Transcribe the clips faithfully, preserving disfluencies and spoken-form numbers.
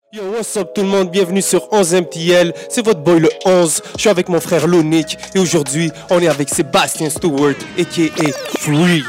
Yo, what's up tout le monde, bienvenue sur onze M T L, c'est votre boy le onze, je suis avec mon frère Lonic et aujourd'hui on est avec Sébastien Stewart aka Freak.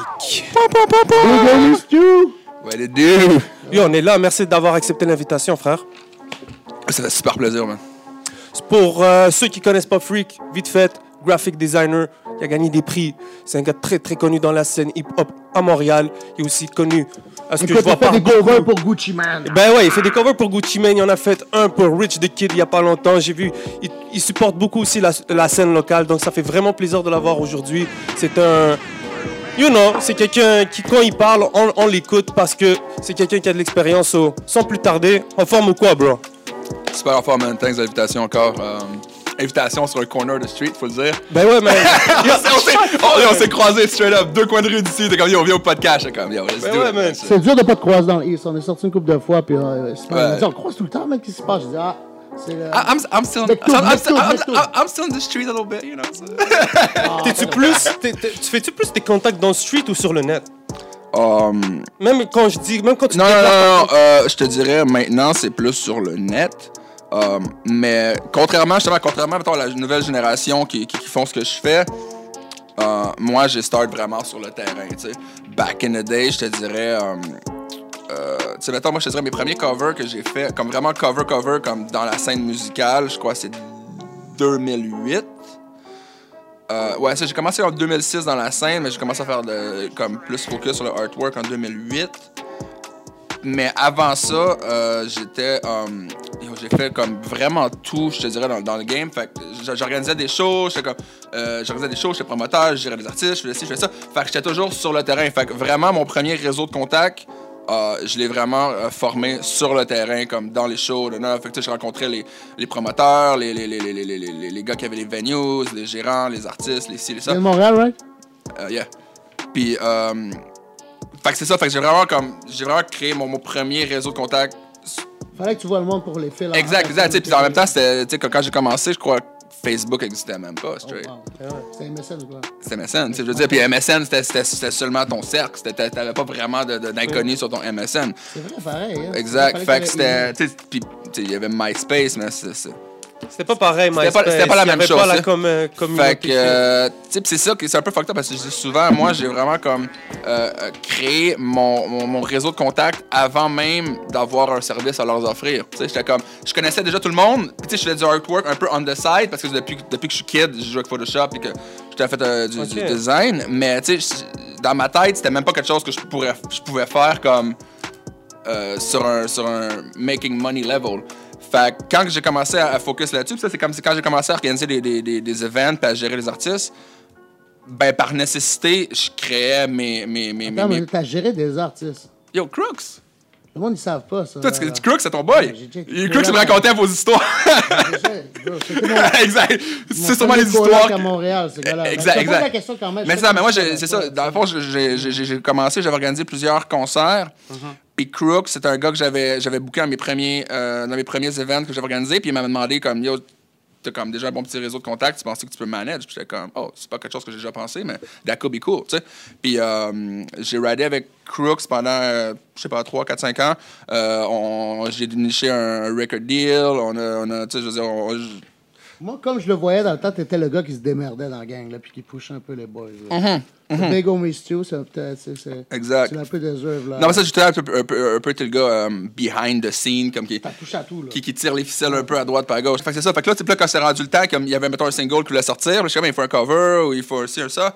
What it do? Yo, on est là, merci d'avoir accepté l'invitation frère. Ça fait super plaisir, man. Pour euh, ceux qui connaissent pas Freak, vite fait, graphic designer, il a gagné des prix, c'est un gars très très connu dans la scène hip-hop à Montréal, il est aussi connu... À ce que Écoute, je vois il fait pas des covers pour Gucci Mane. Ben ouais, il fait des covers pour Gucci Mane. Il en a fait un pour Rich the Kid il y a pas longtemps. J'ai vu, il, il supporte beaucoup aussi la, la scène locale. Donc ça fait vraiment plaisir de l'avoir aujourd'hui. C'est un, you know, c'est quelqu'un qui, quand il parle, on, on l'écoute parce que c'est quelqu'un qui a de l'expérience. So, sans plus tarder, en forme ou quoi, bro? Super en forme, man. Thanks de l'invitation encore. Um, invitation sur un corner de street, faut le dire. Ben ouais, man. on s'est on, on s'est croisés straight up. Deux coins de rue d'ici. T'es comme, yo, on vient au podcast. J'étais comme, yo, let's Ben do ouais, it. man. C'est dur de pas te croiser dans l'East. On est sorti une couple de fois, puis euh, c'est pas- Ouais. on dit, on croise tout le temps, mec, qu'est-ce qui se passe? Je dis, ah, c'est. Euh, I- I'm, I'm still, Mec tout, I'm, I'm, mec still, tout, I'm, mec tout. I'm, I'm still in the street a little bit, you know. so. ah, T'es-tu plus, t'es- t'es- tu fais-tu plus tes contacts dans le street ou sur le net? Um, Même quand je dis, même quand tu non, te non, non, déplaces- non. Euh, je te dirais, maintenant, c'est plus sur le net. Um, mais contrairement, justement, contrairement mettons, à la nouvelle génération qui, qui, qui font ce que je fais, euh, moi, j'ai start vraiment sur le terrain, tu sais. Back in the day, je te dirais... Um, euh, tu sais, mettons, moi, je te dirais, mes premiers covers que j'ai fait, comme vraiment cover-cover, comme dans la scène musicale, je crois que c'est deux mille huit. Euh, ouais, ça, j'ai commencé en deux mille six dans la scène, mais j'ai commencé à faire de, comme plus focus sur le artwork en deux mille huit. Mais avant ça, euh, j'étais... Um, yo, j'ai fait comme vraiment tout, je te dirais, dans, dans le game. Fait que j'organisais des shows, j'étais comme... Euh, j'organisais des shows, j'étais promoteur, je gérais des artistes, je faisais ci, je faisais ça. Fait que j'étais toujours sur le terrain. Fait que vraiment, mon premier réseau de contacts, euh, je l'ai vraiment euh, formé sur le terrain, comme dans les shows. Là, fait que tu sais, j'ai rencontré les, les promoteurs, les, les, les, les, les, les, les, les gars qui avaient les venues, les gérants, les artistes, les ci, les ça. C'est de Montréal, right? Euh, yeah. Puis... Euh, Fait que c'est ça, fait que j'ai vraiment comme j'ai vraiment créé mon, mon premier réseau de contacts. Fallait que tu vois le monde pour les fils. Exact, exact, tu sais, puis en même temps, c'était, tu sais, quand j'ai commencé, je crois que Facebook existait même pas, straight. Oh, wow. C'est M S N ou quoi? C'était M S N, tu sais, je veux dire, puis M S N, c'était, c'était, c'était seulement ton cercle, c'était, t'avais pas vraiment de, de, d'inconnus sur ton M S N. C'est vrai, pareil. Hein? Exact, Fallait fait que que c'était, tu sais, puis, tu sais, il y avait MySpace, mais c'est ça. C'était pas pareil, C'était MySpace. pas- c'était pas la Il y même avait chose, pas la hein. com- euh, communauté. Fait que, euh, tu sais, pis c'est ça, que c'est un peu fucked up parce que je dis souvent, moi, j'ai vraiment comme euh, euh, créé mon, mon, mon réseau de contacts avant même d'avoir un service à leur offrir. Tu sais, j'étais comme, je connaissais déjà tout le monde. Puis tu sais, je faisais du artwork un peu on the side parce que depuis, depuis que je suis kid, je joue avec Photoshop et que j'étais fait euh, du, Ok. du design. Mais tu sais, je- dans ma tête, c'était même pas quelque chose que je pourrais, je pouvais faire comme euh, sur un sur un making money level. Fait que quand j'ai commencé à, à focus là-dessus, pis ça c'est comme c'est quand j'ai commencé à organiser des, des, des, des events puis à gérer les artistes, ben par nécessité, je créais mes mes mes, mes, Attends, mes- mais t'as géré des artistes. Yo Crooks. Le monde, ils savent pas ça. Toi, tu, là. tu Crooks, c'est ton boy. Ouais, j'ai déjà été Il Crooks, il me coloc. racontait vos histoires. Bro, c'était mon- exact. mon C'est sûrement premier les coloc histoires. à que- Montréal, ce gars-là. Exact, Mais je te pose exact. la question quand même. Mais je c'est ça, mais moi, sais j'ai- pas c'est si ça. ça- Dans le fond, j'ai- j'ai j'ai commencé, j'avais organisé plusieurs concerts. Puis Crooks, c'est un gars que j'avais j'avais booké dans mes premiers euh, dans mes premiers events que j'avais organisés. Puis il m'avait demandé comme yo, t'as comme déjà un bon petit réseau de contacts, tu penses que tu peux manager? Puis j'étais comme oh, c'est pas quelque chose que j'ai déjà pensé, mais that could be cool, tu sais. Puis euh, j'ai ridé avec Crooks pendant euh, je sais pas trois, quatre, cinq ans. Euh, on, j'ai déniché un record deal. On a, on a tu sais, je veux dire, on- je- Moi, comme je le voyais dans le temps, t'étais le gars qui se démerdait dans la gang, là, puis qui pushait un peu les boys. Là. C'est Big Homie Stew, c'est peut-être. c'est- c'est- Exact. Tu l'as un peu déserve, là. Non, mais ça, j'étais un peu, un peu, un peu été le gars um, behind the scene, comme qui, T'as touché à tout, là. qui, qui tire les ficelles un peu à droite, pas à gauche. Fait que c'est ça. Fait que là, tu sais, là, quand c'est rendu le temps, comme il y avait, mettons, un single qui voulait sortir, là, je sais pas, il faut un cover ou il faut un ci, un ça.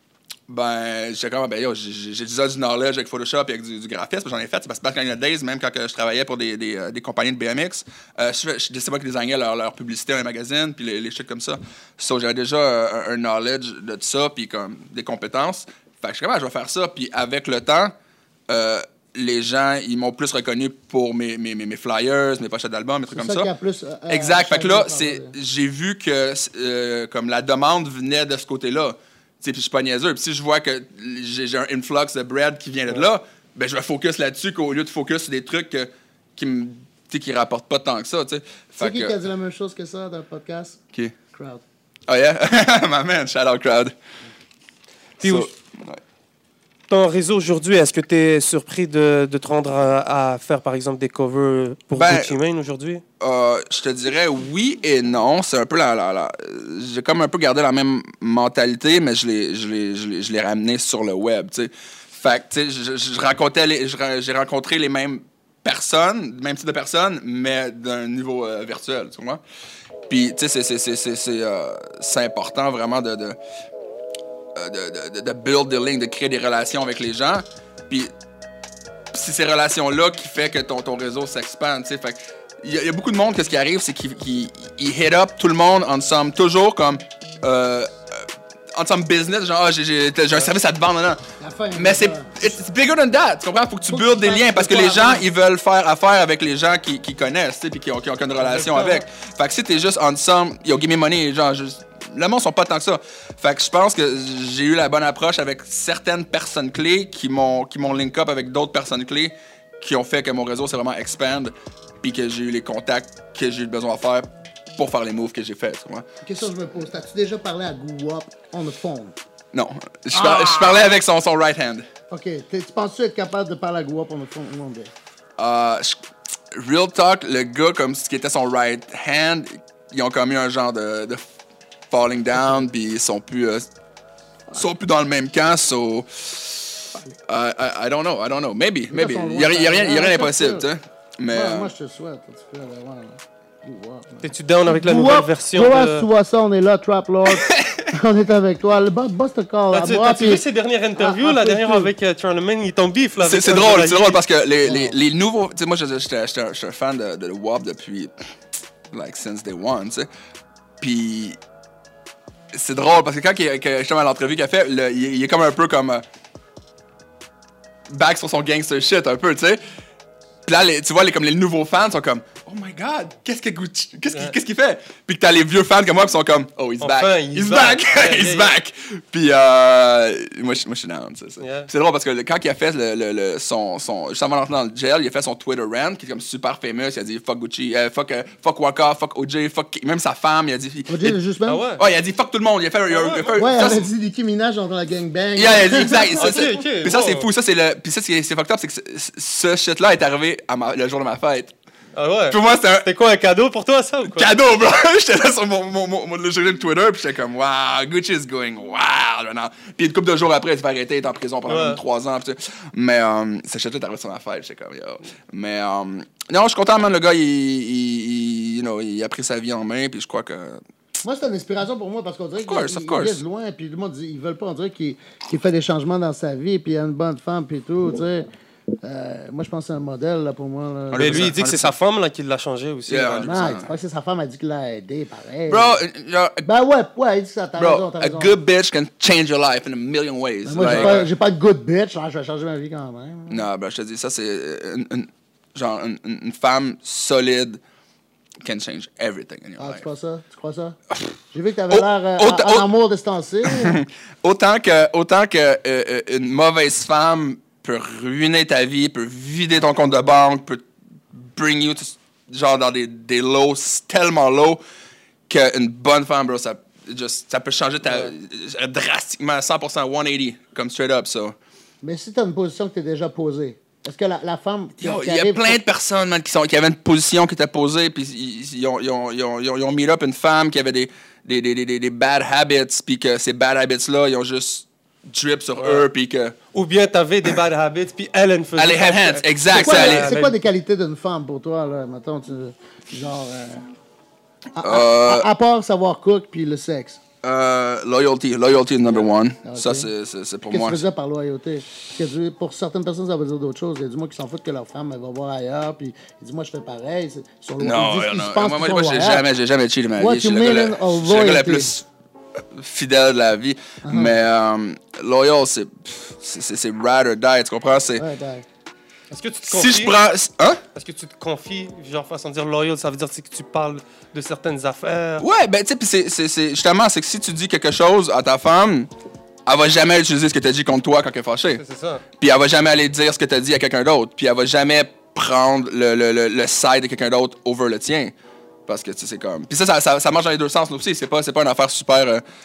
Ben, j'étais comme, ben, yo, j'ai j'ai déjà du knowledge avec Photoshop et avec du, du graphisme, j'en ai fait. C'est parce que back in the days, même quand que je travaillais pour des, des, euh, des compagnies de B M X, euh, je, je, c'est moi qui désignais leur, leur publicité dans les magazines, puis les, les shit comme ça. So, j'avais déjà euh, un, un knowledge de tout ça, puis comme des compétences. Fait que je suis comme, ah, je vais faire ça. Puis avec le temps, euh, les gens, ils m'ont plus reconnu pour mes, mes, mes, mes flyers, mes pochettes d'albums, mes trucs C'est comme ça ça. qui a plus, euh, Exact. euh, Fait que là, changé, c'est, pardon. j'ai vu que euh, comme la demande venait de ce côté-là. Tu sais, puis je suis pas niaiseux. Puis si je vois que j'ai, j'ai un influx de bread qui vient de là, ben je vais focus là-dessus qu'au lieu de focus sur des trucs que- qui me tu sais, qui rapportent pas tant que ça, tu sais. Tu sais Fait qui que- qui a dit la même chose que ça dans le podcast? Qui? Crowd. Oh yeah? My man, shout out crowd. Puis So- où- ouais. ton réseau aujourd'hui, est-ce que tu es surpris de, de te rendre à, à faire, par exemple, des covers pour Ben, Gucci Mane aujourd'hui? Euh, je te dirais oui et non. C'est un peu la, la, la... J'ai comme un peu gardé la même mentalité, mais je l'ai, je l'ai, je l'ai, je l'ai ramené sur le web, tu sais. Fait que, tu sais, je, je, je racontais les, je, j'ai rencontré les mêmes personnes, le même type de personnes, mais d'un niveau euh, virtuel, tu vois. Puis, tu sais, c'est, c'est, c'est, c'est, c'est, euh, c'est important vraiment de... de De, de, de build the link, de créer des relations avec les gens. Puis c'est ces relations-là qui fait que ton, ton réseau s'expande, tu sais. Fait il y, y a beaucoup de monde que ce qui arrive, c'est qu'ils qu'ils, ils hit up tout le monde ensemble, toujours comme euh, ensemble business, genre ah, j'ai, j'ai, j'ai un service à te vendre, non, non. Mais c'est it's bigger than that, tu comprends? Faut que tu builds des liens parce que les gens, ils veulent faire affaire avec les gens qui, qui connaissent, tu sais, puis qui ont, qui ont une relation avec. Fait que si t'es juste ensemble, yo, give me money, genre juste. Le monde sont pas tant que ça. Fait que je pense que j'ai eu la bonne approche avec certaines personnes clés qui m'ont qui m'ont link up avec d'autres personnes clés qui ont fait que mon réseau s'est vraiment expand puis que j'ai eu les contacts que j'ai eu besoin de faire pour faire les moves que j'ai fait. Une question que je me pose. T'as-tu déjà parlé à Guwap on the phone? Non. Je, ah! par, je parlais avec son, son right hand. OK. T'es, tu penses-tu être capable de parler à Guwap on the phone one day? Uh, je, real talk, le gars comme ce qui était son right hand, ils ont commis un genre de... de falling down, puis ils sont plus, euh, sont plus dans le même camp, so... Uh, I, I don't know, I don't know. Maybe, maybe. Il n'y a, y a rien, y a rien d'impossible, tu sais. Mais... Ouais, moi, je te souhaite. Tu peux aller voir, là. T'es-tu down avec la Guwap, nouvelle version Guwap, de... tu vois ça, on est là, Trap Lord. On est avec toi. Le boss, boss te call. T'as-tu, t'as-tu vu ses dernières interviews? Ah, la dernière avec uh, Charlemagne, il tombe bif, là. C'est, c'est drôle, c'est drôle parce que les, les, les nouveaux... Tu sais, moi, j'étais, j'étais, j'étais un fan de, de W A P depuis... Like, since day one, tu sais. Puis... C'est drôle parce que quand il, que, justement à l'entrevue qu'il a fait, le, il, il est comme un peu comme euh, back sur son gangster shit un peu, tu sais. Puis là, les, tu vois, les, comme les nouveaux fans sont comme oh my god, qu'est-ce que Gucci, qu'est-ce, yeah. qu'il, qu'est-ce qu'il fait? Puis que t'as les vieux fans comme moi qui sont comme oh he's enfin, back, he's, he's back, back, he's back. Puis euh, moi, je, moi je suis down, tu sais. Yeah. C'est drôle parce que le, quand il a fait le, le, le, son, son, juste avant d'entrer dans le jail, il a fait son Twitter rant qui est comme super famous. Il a dit fuck Gucci, euh, fuck, euh, fuck Waka, fuck O J, fuck même sa femme. Il a dit. O J le juste même. Ah ouais. ouais, il a dit fuck tout le monde. Il a fait. Ah il a, ouais, il a fait ouais, ça, il a dit Nicki Minaj dans la gangbang. Yeah, il a dit exact. ça, okay, okay, puis ça wow. c'est fou. Ça c'est le. Puis ça c'est, c'est fucked up, c'est que ce, ce shit là est arrivé à ma, le jour de ma fête. Ah ouais? Pour moi, c'était un... C'était quoi, un cadeau pour toi, ça, ou quoi? Cadeau, bro! J'étais là sur mon, mon, mon, mon le de Twitter, puis j'étais comme, wow, Gucci's going wild maintenant. Puis une couple de jours après, il s'est fait arrêter, il est en prison pendant ouais. trois ans. Pis mais um, ce shit-là est arrivé sur ma fête, j'étais comme, yo. Mais um, non, je suis content, man, le gars, il, il, il, you know, il a pris sa vie en main, puis je crois que... Moi, c'est une inspiration pour moi parce qu'on dirait course, qu'il il vient de loin, puis le monde dit, ils veulent pas, on dirait qu'il, qu'il fait des changements dans sa vie, puis il a une bonne femme, puis tout, tu sais. Euh, moi, je pense que c'est un modèle là, pour moi. Là. Mais lui, il dit que c'est sa femme là, qui l'a changé aussi. Yeah, non, il dit pas que c'est sa femme, elle dit qu'il l'a aidé, pareil. Bro, uh, ben ouais, ouais, il dit ça, t'as bro, raison, t'as raison. A good bitch can change your life in a million ways. Ben moi, like, j'ai, pas, j'ai pas de good bitch, hein, je vais changer ma vie quand même. Non, bro, je te dis, ça, c'est une, une, genre une, une femme solide can change everything in your ah, life. Tu crois ça? Tu crois ça? J'ai vu que t'avais oh, l'air euh, autant, en, en amour distancé. autant que, autant que euh, une mauvaise femme peut ruiner ta vie, peut vider ton compte de banque, peut bring you to, genre dans des, des lows tellement low qu'une bonne femme, bro, ça, just, ça peut changer ta, ouais. drastiquement cent pour cent cent quatre-vingts, comme straight up, ça. So. Mais si t'as une position que t'es déjà posée, est-ce que la, la femme... Il y a plein pour... de personnes, man, qui, sont, qui avaient une position qui était posée, puis ils, ils, ont, ils, ont, ils, ont, ils ont mis up une femme qui avait des, des, des, des, des bad habits, puis que ces bad habits-là, ils ont juste... drip sur ouais. eux, puis que... Ou bien t'avais des bad habits, puis elle, elle faisait... Elle les hands, exact. C'est quoi, ça, les, elle... c'est quoi des qualités d'une femme pour toi, là, mettons, tu, genre... Euh, à, euh, à, à part savoir cook, puis le sexe. Euh, loyalty, loyalty is number one. Okay. Ça, c'est, c'est, c'est pour Qu'est-ce moi. Qu'est-ce que tu faisais par loyauté? Parce que pour certaines personnes, ça veut dire d'autres choses. Il y a du monde qui s'en foutent que leur femme, elle va voir ailleurs, puis il dit, moi, je fais pareil. Sur non, non, non. Moi, moi, moi j'ai jamais, j'ai jamais cheaté ma vie. Je suis le gars le plus fidèle de la vie. Uh-huh. Mais um, loyal, c'est, c'est, c'est, c'est ride or die, tu comprends? C'est... Ouais, die. Est-ce que tu te confies? Si je prends... Hein? Est-ce que tu te confies, genre, façon de dire loyal, ça veut dire que tu parles de certaines affaires? Ouais, ben, tu sais, puis c'est, c'est, c'est... Justement, c'est que si tu dis quelque chose à ta femme, elle va jamais utiliser ce que tu as dit contre toi quand elle est fâchée. C'est, c'est ça. Puis elle va jamais aller dire ce que tu as dit à quelqu'un d'autre. Puis elle va jamais prendre le, le, le, le side de quelqu'un d'autre over le tien. Parce que, tu sais, c'est comme... Puis ça ça, ça, ça marche dans les deux sens, nous aussi. C'est pas, c'est pas une affaire super... Euh,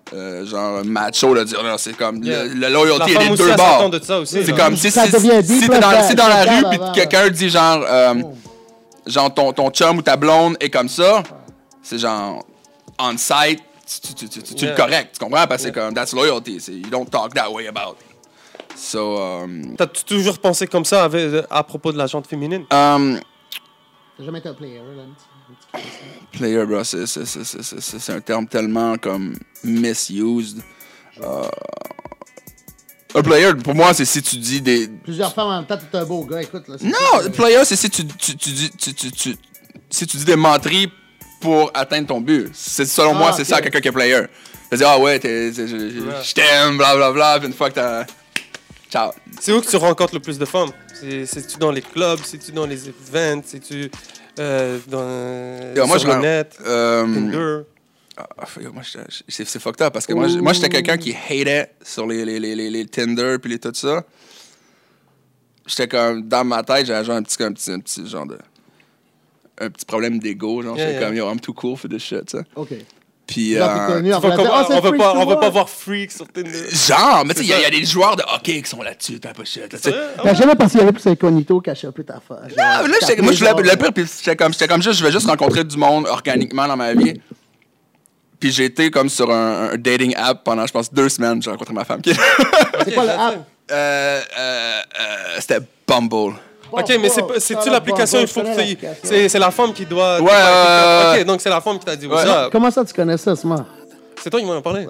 euh, genre macho, là, dire non, c'est comme Yeah. le, le loyalty La et femme les aussi, deux elle bords. s'attend de ça aussi. C'est là. comme si, Ça si, devient si deep, t'es là, dans, ça- si dans la ça rue calme puis avant, quelqu'un dit genre, euh, genre ton, ton chum ou ta blonde est comme ça, c'est genre on site, tu, tu, tu, tu, tu Yeah. le correctes, tu comprends? Parce que Yeah. c'est comme that's loyalty, c'est, you don't talk that way about it. So, um, T'as toujours pensé comme ça avec, à propos de la jante féminine? um, T'as jamais été un player, là. un petit- un petit peu. player, bro, c'est, c'est, c'est, c'est, c'est, c'est un terme tellement comme misused. Euh, un player, pour moi, c'est si tu dis des. Plusieurs femmes en même temps, t'es un beau gars, écoute. Là, c'est Non, ça, le que- player, c'est si tu, tu, tu dis. Tu, tu, tu, si tu dis des menteries pour atteindre ton but. C'est, selon Ah, moi, c'est ok. ça, quelqu'un qui est player. Tu dire, ah ouais, t'es, t'es- je, je- je t'aime, blablabla, puis une fois que t'as. Ciao. C'est où que tu rencontres le plus de femmes? C'est- C'est-tu dans les clubs? C'est-tu dans les events? C'est-tu euh, dans, Yo, moi, sur je le re- net? Euh, Tinder? Ah, yo, moi, j'étais- c'est, c'est fucked up parce que moi, j'- moi j'étais quelqu'un qui hatait sur les, les, les, les, les Tinder puis les tout ça. J'étais comme, dans ma tête, j'avais genre un petit, un petit, un petit genre de. Un petit problème d'ego, genre, Yeah, j'étais yeah. comme, yo, I'm too cool for this shit, tu sais. OK. Puis. Là, euh, t'es connu, on Faut va qu'on- dire, Ah, c'est on veut freak pas, to on veut pas watch. voir freak sur Tinder. Genre, mais tu sais, il y, a- ça. il y a des joueurs de hockey qui sont là-dessus, t'as pas shit, là, tu sais. Sérieux? Ah T'as ouais? jamais pensé qu'il y avait plus incognito caché un peu ta face. Non, mais là, j'étais- moi, je voulais le pire, puis j'étais comme, j'étais comme juste, je vais juste rencontrer du monde organiquement dans ma vie. Puis j'ai été comme sur un, un dating app pendant, je pense, deux semaines. J'ai rencontré ma femme qui. C'est quoi le app? euh, euh, euh, c'était Bumble. Ok, mais c'est pas- c'est-tu l'application? Il faut que tu- c'est c'est la femme qui doit. Ouais, ouais, ouais. Ok, donc c'est la femme qui t'a dit Ouais. ça. Comment ça, tu connais ça, Smart? C'est toi qui m'en as parlé.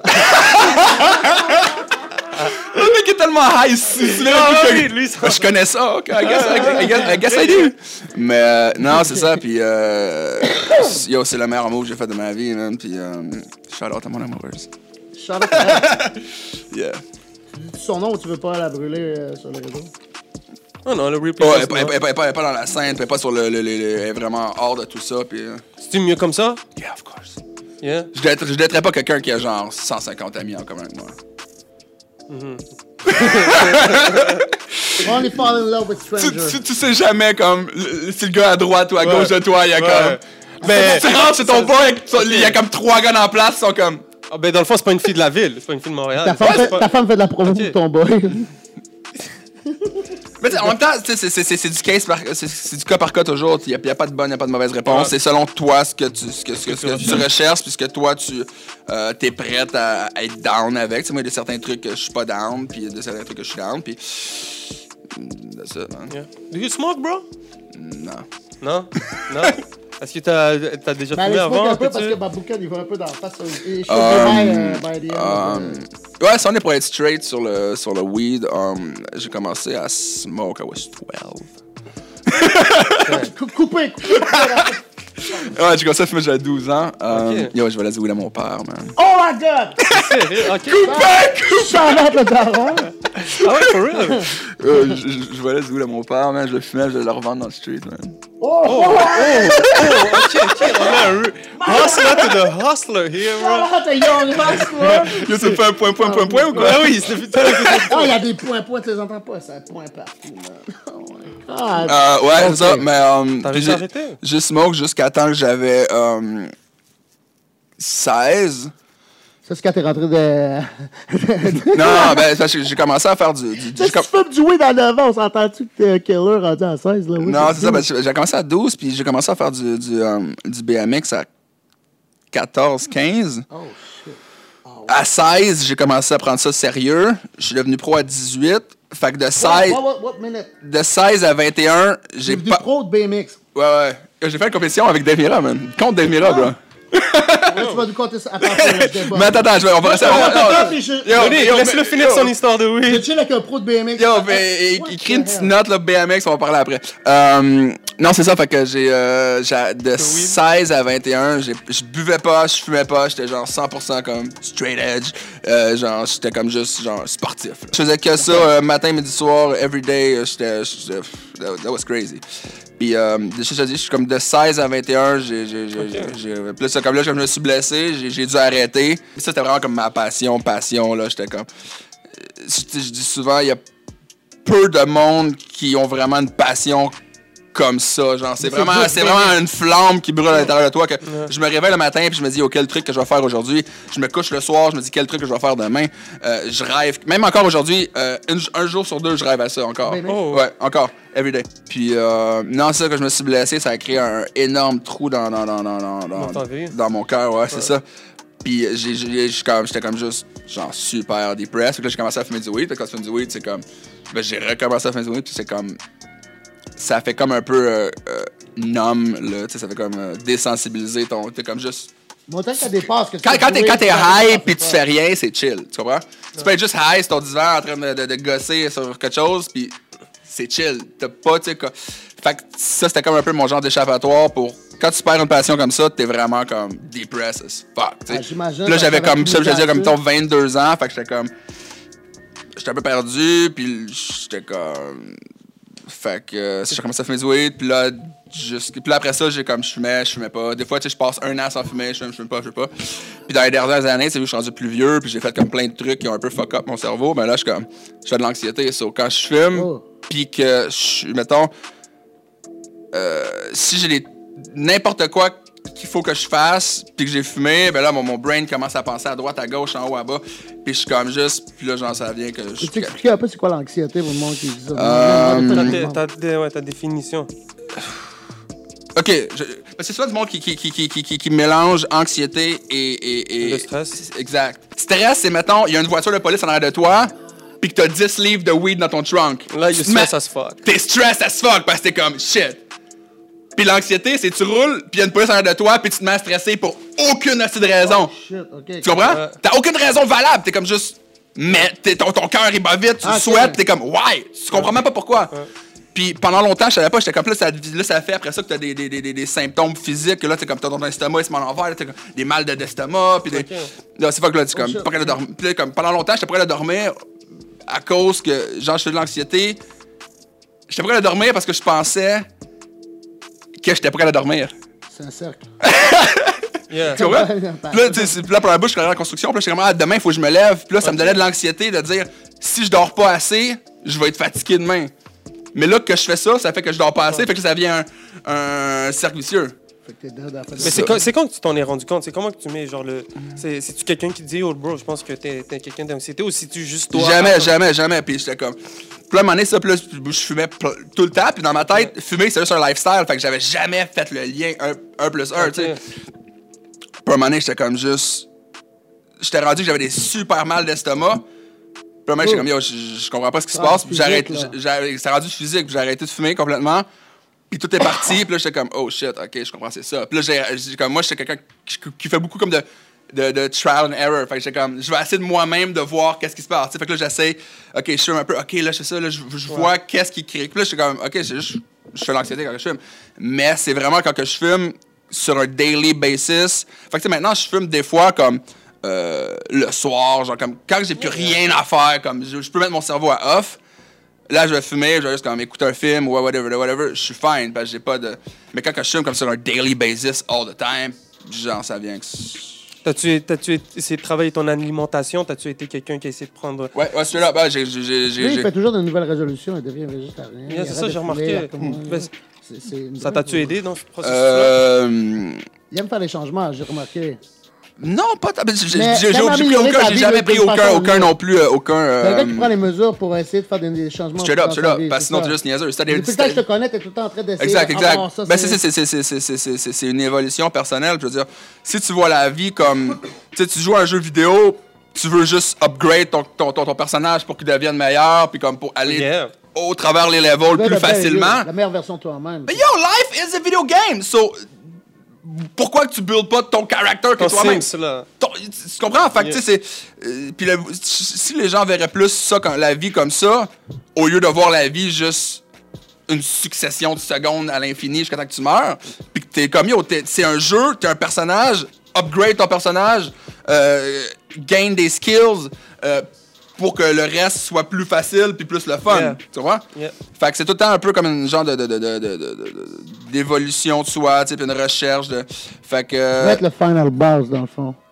Le mec est tellement high ici. c'est le Ah, mec qui- oui, lui, ça- Ben, je connais ça, ok, I guess, I, I guess, I guess I do. Mais euh, non, c'est ça, puis euh, yo, c'est le meilleur move que j'ai fait de ma vie, man. Puis euh, shout out à mon amoureuse. Shout out à elle. Yeah. Tu dis son nom ou tu veux pas la brûler euh, sur le réseau? Oh non, le replay. Oh, elle, est pas- elle, est pas- elle est pas- elle est pas dans la scène, puis elle est pas sur le, le, le- le- elle est vraiment hors de tout ça, puis euh, C'est-tu mieux comme ça? yeah, of course. Yeah. Je daterais- je daterais pas quelqu'un qui a genre cent cinquante amis en commun avec moi. Only fall in love with Tu, strangers. tu, tu sais jamais comme le- si le gars à droite ou à Ouais. gauche de toi, il y a Ouais. comme. Mais- tu rentres chez ton boy, il y a comme trois gars en place, ils sont comme. Ah, ben dans le fond, c'est pas une fille de la ville, c'est pas une fille de Montréal. Ta femme, C'est fait, pas- ta femme fait de la promo Ok. pour ton boy. Mais tu sais, en même temps, tu sais, c'est- c'est c'est- c'est du case par, c'est- c'est du cas par cas toujours. Il n'y a, pas de bonne, il a pas de mauvaise réponse. Ouais. C'est selon toi ce que tu, ce que, ce que, que ce que tu tu recherches, puis ce que toi tu euh, t'es prête à, à être down avec. Tu sais, moi, il y a certains trucs que je suis pas down, puis il y a certains trucs que je suis down, puis that's it, man. Yeah. Do you smoke, bro? Non. Non? Non? Est-ce que t'as as déjà Mais fumé allez, smoke avant? un peu parce t'es-tu- que ma boucane, il va un peu dans la face. Et je suis Um, by, uh, by the end. Um, ouais, si on est pour être straight sur le, sur le weed, um, j'ai commencé à smoke, I was twelve. Cou- Coupé, coupé. Ouais, j'ai commencé à fumer, j'avais douze ans. Um, Ok. Yo, je vais la zouer à mon père, man. Oh my god! Sérieux? Ok. Shout out le daron. Ah ouais, for real? Euh, je, je, je vais la zouer à mon père, man. Je le fumais, je le revendre dans le street, man. Oh, oh, Oh, ok, ok. On a un re- hustler to the hustler here, bro. Shout out à Young Hustler. Yo, tu me fais un point, point, point, point ou quoi? Ah oui, c'est putain. Oh, il y a des points, points, tu les entends pas, ça point partout, man. Oh my god. Euh, ouais, Ok. c'est ça, mais. Um, T'as puis réussi j'ai- à arrêter? J'ai smoke jusqu'à temps que j'avais um, seize. Ça, c'est quand t'es rentré de. Non, ben, c'est parce que j'ai commencé à faire du. du- du- Si tu fumes du weed à neuf ans, on s'entend-tu que t'es un killer rendu à seize, là? Oui, Non, c'est ça. Ben, du- j'ai j'ai commencé à douze, puis j'ai commencé à faire du, du, um, du B M X à quatorze, quinze. Oh, shit. À seize, j'ai commencé à prendre ça sérieux. Je suis devenu pro à dix-huit. Fait que de What, seize, what, what, what minute? de seize à vingt et un, J'ai j'ai devenu pas. pro de B M X. Ouais, ouais. J'ai fait une compétition avec Dave Mira, man. Contre Dave Mira, bro. Là, tu vas nous compter ça après le débat. Mais attends, attends, je vais, on va rester. Attends, on va- attends, non, puis je- Yo, Allez, yo, laisse-le mais- finir yo. son histoire de Je weed. chill avec un pro de B M X. Yo, Attends, ben, what écris the une petite hell? note, là, B M X, on va parler après. Euh, non, c'est ça, fait que j'ai, euh, j'ai- de seize à vingt et un, j'ai- je buvais pas, je fumais pas, j'étais genre cent pour cent comme straight edge, euh, genre, j'étais comme juste, genre, sportif. là. Je faisais que ça, euh, matin, midi, soir, everyday, euh, j'étais, j'étais- that, that was crazy. Puis, euh, je te dis, je suis comme de seize à vingt et un, j'ai, j'ai, j'ai, Ok. j'ai, j'ai- puis là, ça, comme là, je me suis blessé, j'ai, j'ai dû arrêter. Puis ça, c'était vraiment comme ma passion, passion, là, j'étais comme... Je, je dis souvent, il y a peu de monde qui ont vraiment une passion comme ça, genre, c'est Mais vraiment, c'est c'est juste vraiment une flamme qui brûle à l'intérieur de toi, que Ouais. je me réveille le matin, puis je me dis, oh, quel truc que je vais faire aujourd'hui, je me couche le soir, je me dis, quel truc que je vais faire demain, euh, je rêve, même encore aujourd'hui, euh, une- un jour sur deux, je rêve à ça encore, Ben, ben. Oh. ouais, encore, everyday, puis euh, non, c'est ça que je me suis blessé, ça a créé un énorme trou dans, dans, dans, dans, dans, Dans ta vie. dans mon cœur, ouais, c'est ça. Puis j'ai, j'ai, j'ai comme, j'étais comme juste, genre, super depressed. Fait que là, j'ai commencé à fumer du weed. Fait que quand tu fumes du weed, c'est comme... Ben, j'ai recommencé à fumer du weed, puis c'est comme... Ça fait comme un peu euh, euh, numb, là. Tu sais, ça fait comme euh, désensibiliser ton... T'es comme juste... Bon, tant que ça dépasse... Que Quand, tu quand t'es, fais quand t'es jouer, ça high dépasse puis tu pas. fais rien, c'est chill. Tu comprends? Tu peux être juste high sur ton divan en train de, de, de gosser sur quelque chose, puis c'est chill. T'as pas, tu sais... quoi. Fait que ça, c'était comme un peu mon genre d'échappatoire pour... Quand tu perds une passion comme ça, t'es vraiment comme depressed as fuck, tu sais. Ah, j'imagine, Puis là, j'avais parce que comme, ça, je t'avais disais comme, tout mettons, vingt-deux ans, fait que j'étais comme... J'étais un peu perdu, puis j'étais comme... Fait que euh, j'ai commencé à fumer du weed, puis là, juste... puis là, après ça, j'ai comme, je fumais, je fumais pas. Des fois, tu sais, je passe un an sans fumer, je fume, je fume pas, je fume pas. Puis dans les dernières années, c'est vu que je suis rendu plus vieux, puis j'ai fait comme plein de trucs qui ont un peu fuck up mon cerveau, ben là, je suis comme, je fais de l'anxiété. So, quand je fume, Oh. puis que, je, mettons, euh, si j'ai des n'importe quoi qu'il faut que je fasse, puis que j'ai fumé, ben là, mon, mon brain commence à penser à droite, à gauche, en haut, à bas, puis je suis comme juste, puis là, genre, ça vient que je... Peux-tu expliquer un peu c'est quoi l'anxiété pour le monde qui dit ça? Euh, Même moi, Ta, des dé- fois, ta, dé- ouais, ta définition. OK, je- parce que c'est souvent du monde qui, qui, qui, qui, qui, qui mélange anxiété et... et, et Le stress. Exact. Stress, c'est, mettons, il y a une voiture de police en arrière de toi, puis que t'as dix livres de weed dans ton trunk. Là, Tu you te mets- stress as fuck. T'es stress as fuck parce que t'es comme shit. Puis l'anxiété, c'est tu roules, puis il y a une police en arrière de toi, puis tu te mets à stresser pour aucune aussi de raison. Shit, ok. Tu comprends? Ouais. T'as aucune raison valable. T'es comme juste. Mais t'es- ton, ton cœur il bat vite, tu Ah, le ok. souhaites, t'es comme why? Tu comprends même pas pourquoi. Puis pendant longtemps, je savais pas, j'étais comme là, ça, là, ça fait après ça que t'as des, des, des, des, des symptômes physiques. Là, t'es comme t'as ton estomac, il se met à l'envers, là, t'as comme des mal de d'estomac, puis des. Ok. Là, c'est pas que là, tu comme shit. pas capable de dormir. Puis là, comme pendant longtemps, j'étais pas capable de dormir à cause que, genre, je fais de l'anxiété. J'étais pas capable de dormir parce que je pensais que j'étais pas capable de dormir. C'est un cercle. Yeah. Tu comprends? Puis là, tu sais, c'est- puis là, pour la bouche, je suis en construction. Puis là, je suis vraiment, ah, demain, il faut que je me lève. Puis là, ça me donnait de l'anxiété de dire, si je dors pas assez, je vais être fatigué demain. Mais là, que je fais ça, ça fait que je dors pas assez. Fait que ça devient un, un cercle vicieux. Fait que t'es dead à la fin de Mais la- c'est quand, c'est quand que tu t'en es rendu compte? C'est comment que tu mets, genre, le... C'est, c'est-tu quelqu'un qui te dit, oh, bro, je pense que t'es, t'es quelqu'un d'anxiété, ou si tu juste toi? Jamais, jamais, jamais. Puis j'étais comme. Puis là, à un moment donné, ça, puis là, je fumais pl- tout le temps. Puis dans ma tête, fumer, c'est juste un lifestyle. Fait que j'avais jamais fait le lien un plus un, tu sais. Ok. Puis à un moment donné, j'étais comme juste. J'étais rendu que j'avais des super mal d'estomac. Puis à un moment donné, j'étais comme, yo, je, je comprends pas ce qui se Ah, passe. Puis j'arrête. physique, là. j'ai- C'est rendu physique. Puis j'ai arrêté de fumer complètement. Puis tout est parti. Puis là, j'étais comme, oh shit, ok, je comprends, c'est ça. Puis là, j'ai- j'ai comme, moi, j'étais quelqu'un qui, qui fait beaucoup comme de. De, de trial and error. Fait que j'étais comme, je vais essayer de moi-même de voir qu'est-ce qui se passe. T'sais, fait que là, j'essaie, ok, je fume un peu, ok, là, je fais ça, là, je, je vois qu'est-ce qui crée. Puis là, j'étais comme, ok, c'est juste, je fais l'anxiété quand je fume. Mais c'est vraiment quand que je fume sur un daily basis. Fait que tu sais, maintenant, je fume des fois comme euh, le soir, genre comme quand j'ai plus rien à faire, comme je, je peux mettre mon cerveau à off. Là, je vais fumer, je vais juste comme écouter un film ou whatever, whatever. Je suis fine parce que j'ai pas de. Mais quand que je fume comme sur un daily basis all the time, genre, ça vient que. T'as-tu, t'as-tu essayé de travailler ton alimentation? T'as-tu été quelqu'un qui a essayé de prendre... Ouais, ouais, celui-là, bah, j'ai. j'ai, j'ai, Lui, j'ai- il fait toujours de nouvelles résolutions. Il devient végétarien. Yeah, il c'est arrête ça, de j'ai fumer, remarqué. il recommence. Ben, C'est- c'est une Ça vraie- t'a-tu aidé dans ce processus-là? Euh. Il aime faire des changements, j'ai remarqué. Non, pas. t- J'ai, Mais j'ai, j'ai, même j'ai pris améliorer aucun, ta j'ai vie jamais de- pris d'une aucun, façon ou aucun d'une non plus, euh, aucun. C'est un gars qui euh, prend les mesures pour essayer de faire des, des changements. Straight up, dans straight sa up. vie, Parce que c'est sinon, ça. t'es juste niaiseux. C'est-à-dire- Depuis le temps que je te connais, t'es tout le temps en train d'essayer. Exact, exact. Ah, ça, Ben, c'est- c'est, c'est, c'est, c'est, c'est, c'est, c'est, c'est, c'est une évolution personnelle. Je veux dire, si tu vois la vie comme. Tu sais, tu joues à un jeu vidéo, tu veux juste upgrade ton, ton, ton, ton personnage pour qu'il devienne meilleur, puis comme pour aller Yeah. au travers les levels Tu veux plus le faire, facilement. La meilleure version de toi-même. Mais yo, life is a video game! So, pourquoi que tu builds pas ton character que Ton toi-même? Sims, là. Ton- tu tu comprends? Fait que, tu sais, c'est. euh, Puis le- si les gens verraient plus ça, quand, la vie comme ça, au lieu de voir la vie juste une succession de secondes à l'infini jusqu'à temps que tu meurs, puis que t'es comme yo, t'es- c'est un jeu, t'es un personnage, upgrade ton personnage, euh, gain des skills, euh, pour que le reste soit plus facile puis plus le fun. Yeah. Tu vois? Yeah. Fait que c'est tout le temps un peu comme une genre de, de, de, de, de- de- de- d'évolution de soi, tu sais, puis une recherche de. Fait que. Ça va être le final boss, dans le fond.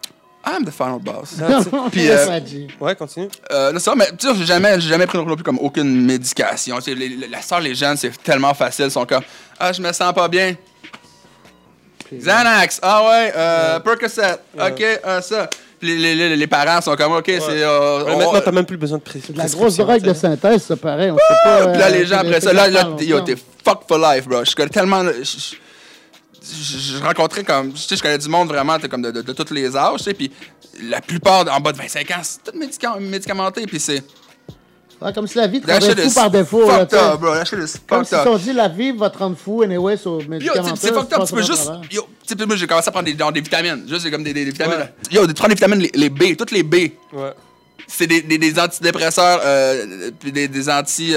I'm the final boss. Puis, euh, Ouais, continue. Euh, ça, mais tu sais, j'ai jamais, j'ai jamais pris non plus comme aucune médication. Tu sais, les, les, la sœur, les jeunes, c'est tellement facile. Ils sont comme, ah, je me sens pas bien. Puis, Xanax, ah ouais, euh, ouais. Percocet, ouais. ok, euh, ça. Puis les, les, les parents sont comme, ok, ouais. c'est. Euh, ouais, on, maintenant, t'as même plus besoin de prescription. La grosse drogue de synthèse, ça pareil. On sait pas. Puis là, les gens après ça, là, là, yo, t'es fuck for life, bro. Je connais tellement. Je, je, je rencontrais comme, tu sais, je connais du monde vraiment comme de, de, de tous les âges, tu sais, puis la plupart en bas de vingt-cinq ans, c'est tout médicament, médicamenté, puis c'est... Ouais, comme si la vie te rendait fou par défaut. Fucked up, bro. That shit is fucked up. Comme si on dit la vie va te rendre fou, anyway, sur médicaments. C'est fucked up, tu peux juste... Yo, tu sais, moi, j'ai commencé à prendre des, des vitamines, juste comme des, des, des vitamines. Ouais. Yo, tu prends des vitamines, les, les B, toutes les B. Ouais. C'est des, des, des antidépresseurs, euh, puis des, des anti-anxiété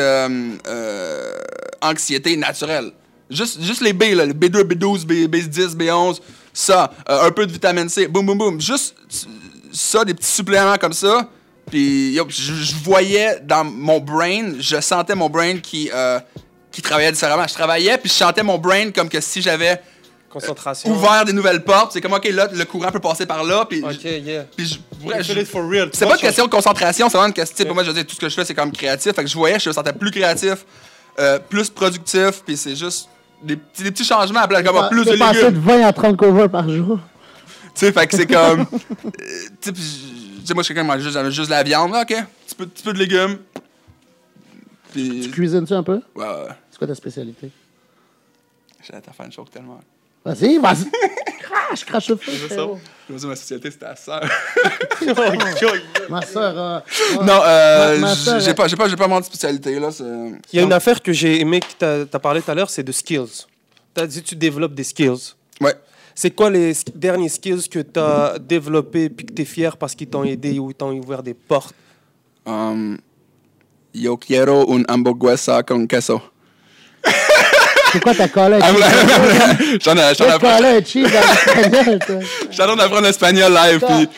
euh, euh, naturelles. Juste, juste les B, là, le B deux, B douze, B, B dix, B onze, ça, euh, un peu de vitamine C, boum, boum, boum. Juste ça, des petits suppléments comme ça. Puis, yo, je, je voyais dans mon brain, je sentais mon brain qui, euh, qui travaillait différemment. Je travaillais, puis je sentais mon brain comme que si j'avais concentration. Euh, ouvert des nouvelles portes. C'est comme, OK, là, le courant peut passer par là. Puis, OK, yeah. Puis, je, ouais, je, for real. C'est pas une question de concentration, c'est vraiment une question. Yeah. Pour moi, je veux dire, tout ce que je fais, c'est comme créatif. Fait que je voyais, je me sentais plus créatif, euh, plus productif, puis c'est juste. Des petits, des petits changements, après, comme pas, plus de légumes. Passer de vingt à trente covers par jour. Tu sais, fait que c'est comme... euh, tu sais, moi, je suis quelqu'un qui mange juste, juste de la viande. OK, un petit peu, petit peu de légumes. Puis... Tu cuisines-tu un peu? Ouais, ouais. C'est quoi ta spécialité? J'allais te faire une choke tellement. Vas-y, vas-y. Crache, crache le feu. Je me dis, ma spécialité, c'est ta sœur. Ma sœur... Euh, non, euh, j'ai pas, j'ai pas, j'ai pas mon spécialité, là. Il y a une affaire que j'ai aimé que t'as, t'as parlé tout à l'heure, c'est de skills. T'as dit que tu développes des skills. Ouais. C'est quoi les derniers skills que t'as développés puis que t'es fier parce qu'ils t'ont aidé ou ils t'ont ouvert des portes? Um, yo quiero un hamburguesa con queso. C'est quoi ta collègue? J'en ai j'en ai collègue cheese en espagnol, toi. Je suis en train d'apprendre l'espagnol live, puis...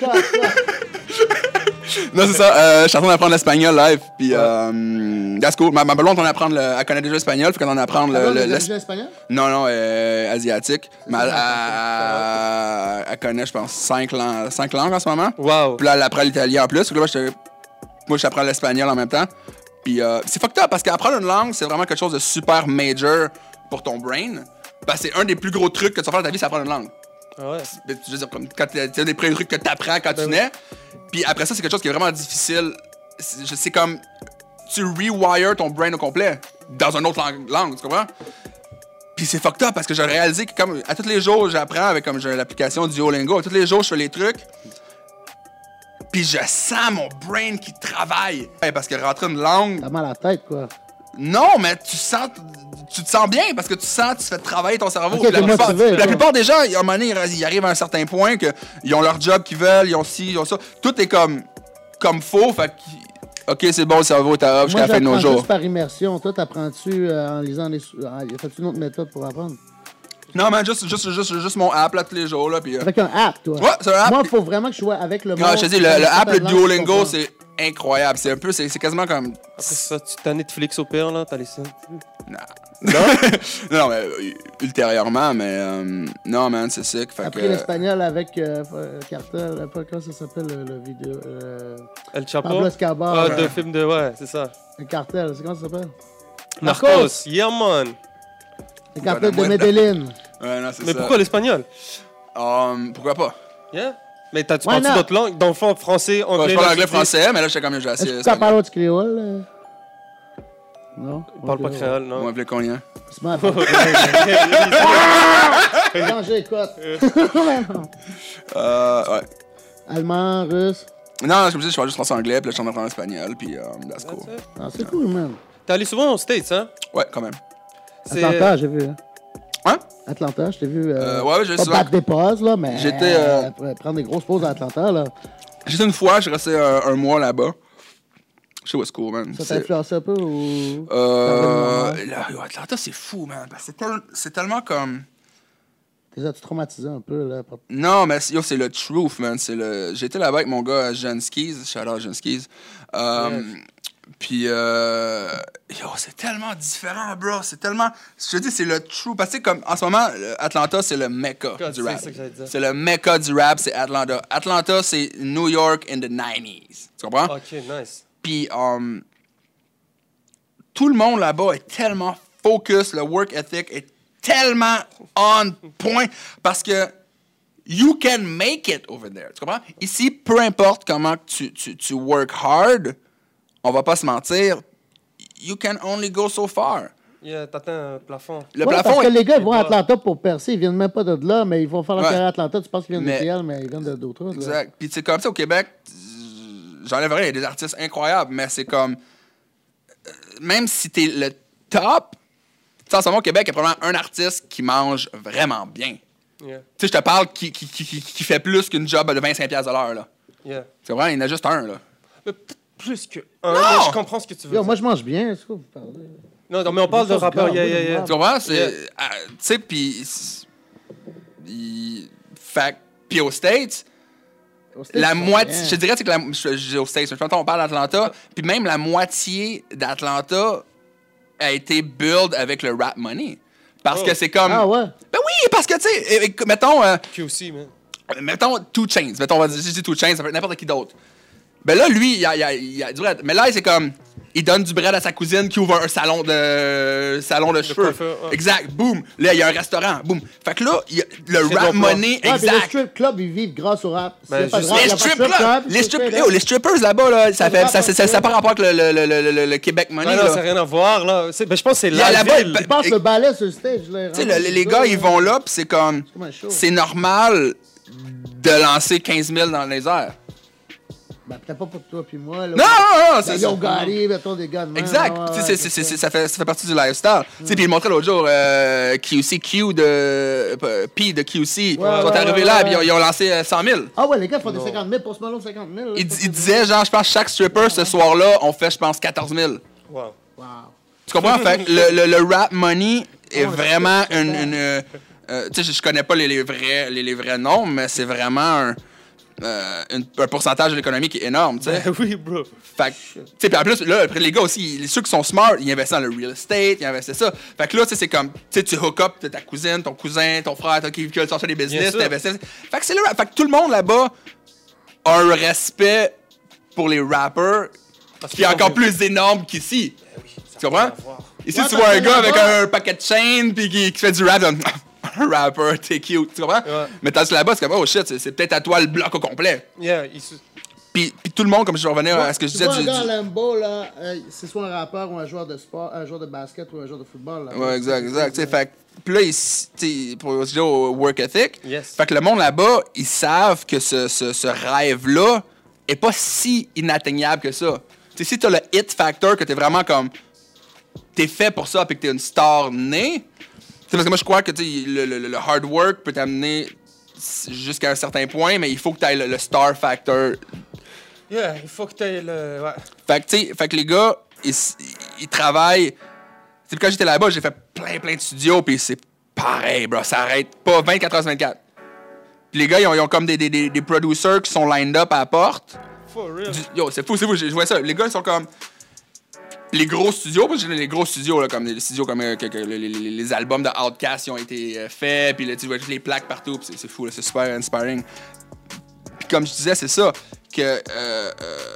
Non, c'est ça. Euh, je suis en train d'apprendre l'espagnol live, puis... Euh, that's cool. Ma, ma blonde, on apprend le... Elle connaît déjà l'espagnol, puis qu'on en apprend le... Elle le, le déjà l'espagnol? Non, non, euh, asiatique. Mais elle, elle, elle connaît, je pense, cinq langues, cinq langues en ce moment. Wow. Puis là, elle apprend l'italien en plus. Puis là, je, moi, j'apprends l'espagnol en même temps. Puis euh, c'est fucked up, parce qu'apprendre une langue, c'est vraiment quelque chose de super major pour ton brain. Parce que c'est un des plus gros trucs que tu vas faire dans ta vie, c'est apprendre une langue. Ah ouais. Je veux dire, comme quand c'est un des premiers trucs que tu apprends quand ben tu nais. Puis après ça, c'est quelque chose qui est vraiment difficile. C'est, c'est comme tu rewires ton brain au complet dans une autre langue, langue tu comprends? Puis c'est fucked up parce que j'ai réalisé que comme à tous les jours, j'apprends avec comme j'ai l'application Duolingo. À tous les jours, je fais les trucs. Puis je sens mon brain qui travaille. Parce que rentrer une langue... T'as mal à la tête, quoi. Non, mais tu sens, tu te sens bien parce que tu sens, tu fais travailler ton cerveau. Okay, la, plupart, motivé, la plupart des gens, à un moment donné, ils arrivent à un certain point qu'ils ont leur job qu'ils veulent, ils ont ci, ils ont ça. Tout est comme, comme faux. Fait que, OK, c'est bon, le cerveau est à off jusqu'à la fin de nos jours. Juste par immersion. Toi, t'apprends-tu euh, en lisant les... Fais-tu une autre méthode pour apprendre? Non, mais juste, juste, juste, juste mon app là, tous les jours. Là, puis, euh... Avec un app, toi? Ouais, c'est un app. Moi, il faut vraiment que je sois avec le monde. Non, je te dis, le, le app, le Duolingo, c'est incroyable. C'est un peu, c'est, c'est quasiment comme... Après ça, tu t'as Netflix au pire, là, t'as laissé... Non. Non? Non, mais euh, ultérieurement, mais... Euh, non, man, c'est sick. Fait Après que, l'espagnol avec euh, Cartel, pas comment ça s'appelle, le, le vidéo... Euh, El Chapo? Pablo Escobar. Ah, euh, de film de... Ouais, c'est ça. Le Cartel, c'est comment ça s'appelle? Narcos. Narcos. Yeah, man. Le Cartel de Medellin. Ouais, non, c'est mais ça. pourquoi l'espagnol? Um, pourquoi pas? Yeah. Mais t'as-tu parlé d'autres langues? Dans le fond, français, anglais... Ouais, je parle anglais, français, mais là, j'étais quand même assez... Est-ce que tu parles du créole? Euh? Non? On parle pas créole, non. On m'appelait cognant. C'est mal. Non, j'écoute. Euh, ouais. Allemand, russe? Non, je me dis, je parle juste français anglais, puis là, je suis en train d'apprendre l'espagnol, puis euh, that's cool. Ah, c'est cool, man. T'es allé souvent aux States, hein? Ouais, quand même. C'est... Atlanta, j'ai vu, hein? Hein? Atlanta, je t'ai vu. Euh, euh, ouais, j'ai pas souvent... battre des pauses, là, mais. J'étais. Euh... Prendre des grosses pauses à Atlanta, là. J'étais une fois, j'ai resté un, un mois là-bas. Je sais où est-ce cool, man. Ça t'a influencé un peu ou. Euh. Là, Atlanta, c'est fou, man. C'est, tel... c'est tellement comme. T'es as-tu traumatisé un peu, là? Non, mais yo, c'est le truth, man. C'est le... J'étais là-bas avec mon gars, John Skis. Shout out John Skis. Euh, yes. Puis, euh, yo, c'est tellement différent, bro. C'est tellement. Je te dis, c'est le true. Parce que, comme, en ce moment, Atlanta, c'est le mecca God, du rap. c'est ça que j'allais dire. C'est le mecca du rap, c'est Atlanta. Atlanta, c'est New York in the nineties. Tu comprends? Ok, nice. Puis, um, tout le monde là-bas est tellement focus. Le work ethic est tellement on point. Parce que. You can make it over there. Tu comprends? Ici, peu importe comment tu, tu, tu work hard, on va pas se mentir, you can only go so far. Yeah, t'atteins un plafond. Le Ouais, plafond parce que est... les gars, ils vont à bas. Atlanta pour percer. Ils viennent même pas de là, mais ils vont faire leur Ouais. carrière à Atlanta. Tu penses qu'ils viennent Mais- de T L, mais ils viennent de d'autres trucs. Exact. Puis tu sais, comme ça, au Québec, j'enlève rien, il y a des artistes incroyables, mais c'est comme... euh, Même si t'es le top, tu sais, en ce moment, au Québec, il y a probablement un artiste qui mange vraiment bien. Yeah, Tu sais, je te parle qui, qui, qui, qui- qui fait plus qu'une job de vingt-cinq piastres de l'heure, là. yeah. C'est vrai, il y en a juste un, là. Mais peut-être plus que un, Non! mais je comprends ce que tu veux Yo, dire. moi, je mange bien. C'est quoi vous parlez? Non, non, mais on parle de choses rappeurs, grandes, yeah, moi, yeah, de yeah. moi. Tu comprends? C'est... Yeah. euh, tu sais, puis... c'est- il- Fait que- puis aux States... Au States, La ils font moitié, rien. je te dirais c'est que la, je, je, aux States, je pense qu'on parle d'Atlanta, puis même la moitié d'Atlanta a été build avec le rap money. Parce Oh. que c'est comme. Ah ouais? Ben oui, parce que tu sais, euh, mettons, euh, Q C, man. mettons two Chainz, mettons, on va dire, je dis two Chainz, ça peut être n'importe qui d'autre. Ben là, lui, il a, il a, il a du bread. Mais là, c'est comme. Il donne du bread à sa cousine qui ouvre un salon de salon de cheveux. coiffeur, ouais. Exact, boum. Là, il y a un restaurant, boum. Fait que là, il y a le Crée rap d'emploi. money, Ouais, puis les exact. strip clubs, ils vivent grâce au rap. S'il y a Ben, pas de juste- rap, il Les y a pas de strip strip clubs, club, les, c'est strip, fait, yo, les strippers là-bas, là, ça Pas de fait, rap, ça, ça, ça, parce ça a que- pas rapport avec le, le, le, le, le, le Québec Money. Non, non, là. ça n'a rien à voir, là. C'est- Ben, je pense que c'est Il y a la là-bas, ville. ben- Je pense le ballet sur le stage. Là, Tu sais, le- les gars, ils vont là, pis c'est comme. comme un show. C'est normal de lancer quinze mille dans les airs. Ben, peut-être pas pour toi puis moi. Là, Non, non, non, c'est c'est Yo ça. Gotti, mettons des gars de même. Exact. Ouais, Tu sais, ouais, c'est- c'est c'est- ça. c'est- ça, fait, ça fait partie du lifestyle. Tu sais, puis il montrait l'autre jour euh, Q C Q de. euh, P de Q C. Ils sont ouais, arrivés ouais, là, ouais. puis ils ont- ils ont lancé euh, cent mille. Ah ouais, les gars font des cinquante mille pour ce melon, cinquante mille. là, Il, c'est pas il ça. disait, genre, je pense, chaque stripper ce soir-là, on fait, je pense, quatorze mille. Wow. Wow. Tu comprends? Fait que le, le, le rap money est Ouais, vraiment c'est une. ça. une euh, euh, tu sais, je, je connais pas les, les, vrais, les, les vrais nombres, mais c'est vraiment un, euh, une- un pourcentage de l'économie qui est énorme, tu sais. Ben oui, bro. Fait que, tu sais, puis en plus, là, après, les gars aussi, ils- ceux qui sont smart, ils investissent dans le real estate, ils investissent ça. Fait que là, tu sais, c'est comme, tu sais, tu hook up ta cousine, ton cousin, ton frère, toi, qui qui veut sortir des business, sûr. t'investis. Fait que c'est le rap. Fait que tout le monde là-bas a un respect pour les rappers Parce qui est qu'ils encore sont- plus énorme qu'ici. Tu comprends? rien à voir. Ici, Ouais, tu parce vois un que gars avec là-bas- un paquet de chaînes puis qui, qui fait du rap, comme, un rapper, t'es cute, tu comprends? Ouais. Mais tandis que là-bas, c'est comme, oh shit, c'est c'est peut-être à toi le bloc au complet. Yeah, il se- Puis, puis tout le monde, comme je revenais à ce que je Tu disais vois du. un gars du- à Lambeau, là, euh, c'est soit un rappeur ou un joueur de sport, un joueur de basket ou un joueur de football. Là. Ouais, exact, exact. Tu sais, fait que- puis là, ils- tu sais, pour dire au work ethic, Yes. fait que le monde là-bas, ils savent que ce, ce, ce rêve-là est pas si inatteignable que ça. Tu sais, si t'as le hit factor, que t'es vraiment comme. T'es fait pour ça, puis que t'es une star née. C'est parce que moi, je crois que tu sais, le, le, le hard work peut t'amener jusqu'à un certain point, mais il faut que t'aies le, le star factor. Yeah, il faut que tu aies le. Ouais. Fait que, tu sais, fait que les gars, ils, ils travaillent. Tu sais, quand j'étais là-bas, j'ai fait plein, plein de studios, puis c'est pareil, bro. Ça arrête pas vingt-quatre heures sur vingt-quatre. Puis les gars, ils ont, ils ont comme des, des, des, des producers qui sont lined up à la porte. For real. Du- yo, c'est fou, c'est fou, je je vois ça. Les gars, ils sont comme. Les gros studios, parce que j'ai les gros studios, là, comme les studios comme euh, que, que les, les- les albums de Outkast ils ont été euh, faits, puis là, tu vois toutes les plaques partout, puis c'est, c'est fou, là, c'est super inspiring. Puis comme je disais, c'est ça, que euh, euh,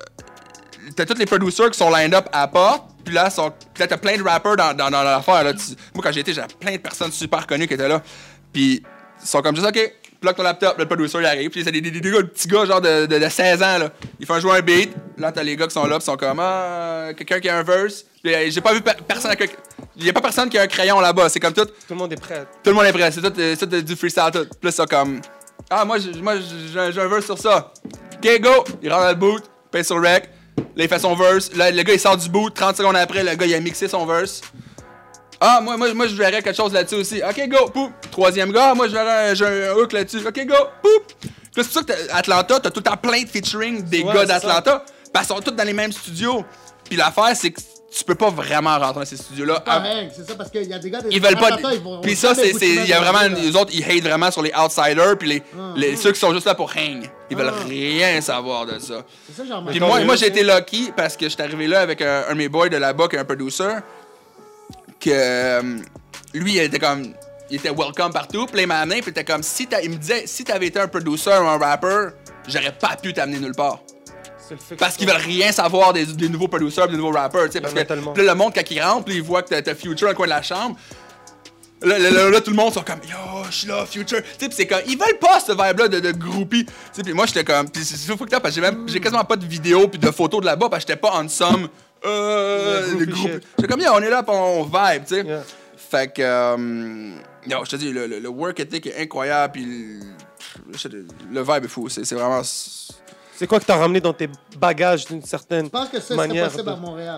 t'as tous les producers qui sont lined up à la porte, puis là, sont, puis là, t'as plein de rappers dans, dans, dans l'affaire. Là. Tu- moi, quand j'y étais, j'avais plein de personnes super connues qui étaient là, puis ils sont comme juste, OK, plug ton laptop, le producer il arrive, puis c'est des, des, des, des gars, des petits gars genre de, de, de seize ans, là. Ils font jouer un beat, là t'as les gars qui sont là, puis sont comme, ah, quelqu'un qui a un verse. Puis, euh, j'ai pas vu pe- personne avec. Il y a pas personne qui a un crayon là-bas, c'est comme tout, tout Tout le monde est prêt. le monde est prêt, c'est tout, euh, c'est tout du freestyle, tout. Puis là, c'est comme, ah, moi, j'ai, moi j'ai, un- j'ai un verse sur ça. OK, go! Il rentre dans le boot, paye sur le rec, là, il fait son verse, là, le gars, il sort du boot, trente secondes après, le gars, il a mixé son verse. Ah, moi, moi, moi je verrais quelque chose là-dessus aussi. OK, go, poup. Troisième gars, moi, je verrais un, j'ai un hook là-dessus. OK, go, poup. Puis là, c'est pour ça que t'as- Atlanta, t'as tout le temps plein de featuring des Ouais, gars c'est d'Atlanta. Parce qu'ils sont tous dans les mêmes studios. Puis l'affaire, c'est que tu peux pas vraiment rentrer dans ces studios-là. Pas rien, c'est ça, parce qu'il y a des gars... Des Ils veulent pas. ils vont Puis ça, jamais c'est. c'est- Il y a foutre vraiment. là. Les autres, ils hate vraiment sur les outsiders, puis les, Ah, les, ah. ceux qui sont juste là pour hang. Ils veulent Ah. rien savoir de ça. C'est ça, genre... Puis Tant moi, mieux, moi j'ai ça. été lucky parce que j'étais arrivé là avec un, un de mes boys de là-bas, qui est un producer, que euh, lui, il était comme. Il était welcome partout, puis là, il m'a amené, puis il était comme. Si t'as- il me disait, si t'avais été un producer ou un rapper, j'aurais pas pu t'amener nulle part. C'est le fait que Parce qu'ils veulent rien savoir des, des nouveaux producers, des nouveaux rappers, tu sais. Parce Ouais, que tellement. puis là, le monde, quand il rentre, puis il voit que t'as, t'as Future dans le coin de la chambre. Là, là, là, là, tout le monde sont comme yo, je suis là, Future. Tu sais, puis c'est comme, ils veulent pas ce vibe-là de, de groupie. Tu sais, puis moi, j'étais comme, puis c'est c'est fou que t'as, parce que j'ai même, j'ai quasiment pas de vidéos puis de photos de là-bas, parce que j'étais pas en somme, euh, Yeah, de groupie groupe. shit. J'étais comme, yo, on est là, puis on vibe, tu sais. Yeah. Fait que, euh, yo, je te dis, le, le, le work ethic est incroyable, puis le, je- le vibe est fou. C'est, c'est vraiment. C'est quoi que t'as ramené dans tes bagages d'une certaine Je pense que ça, c'est manière possible de- à Montréal.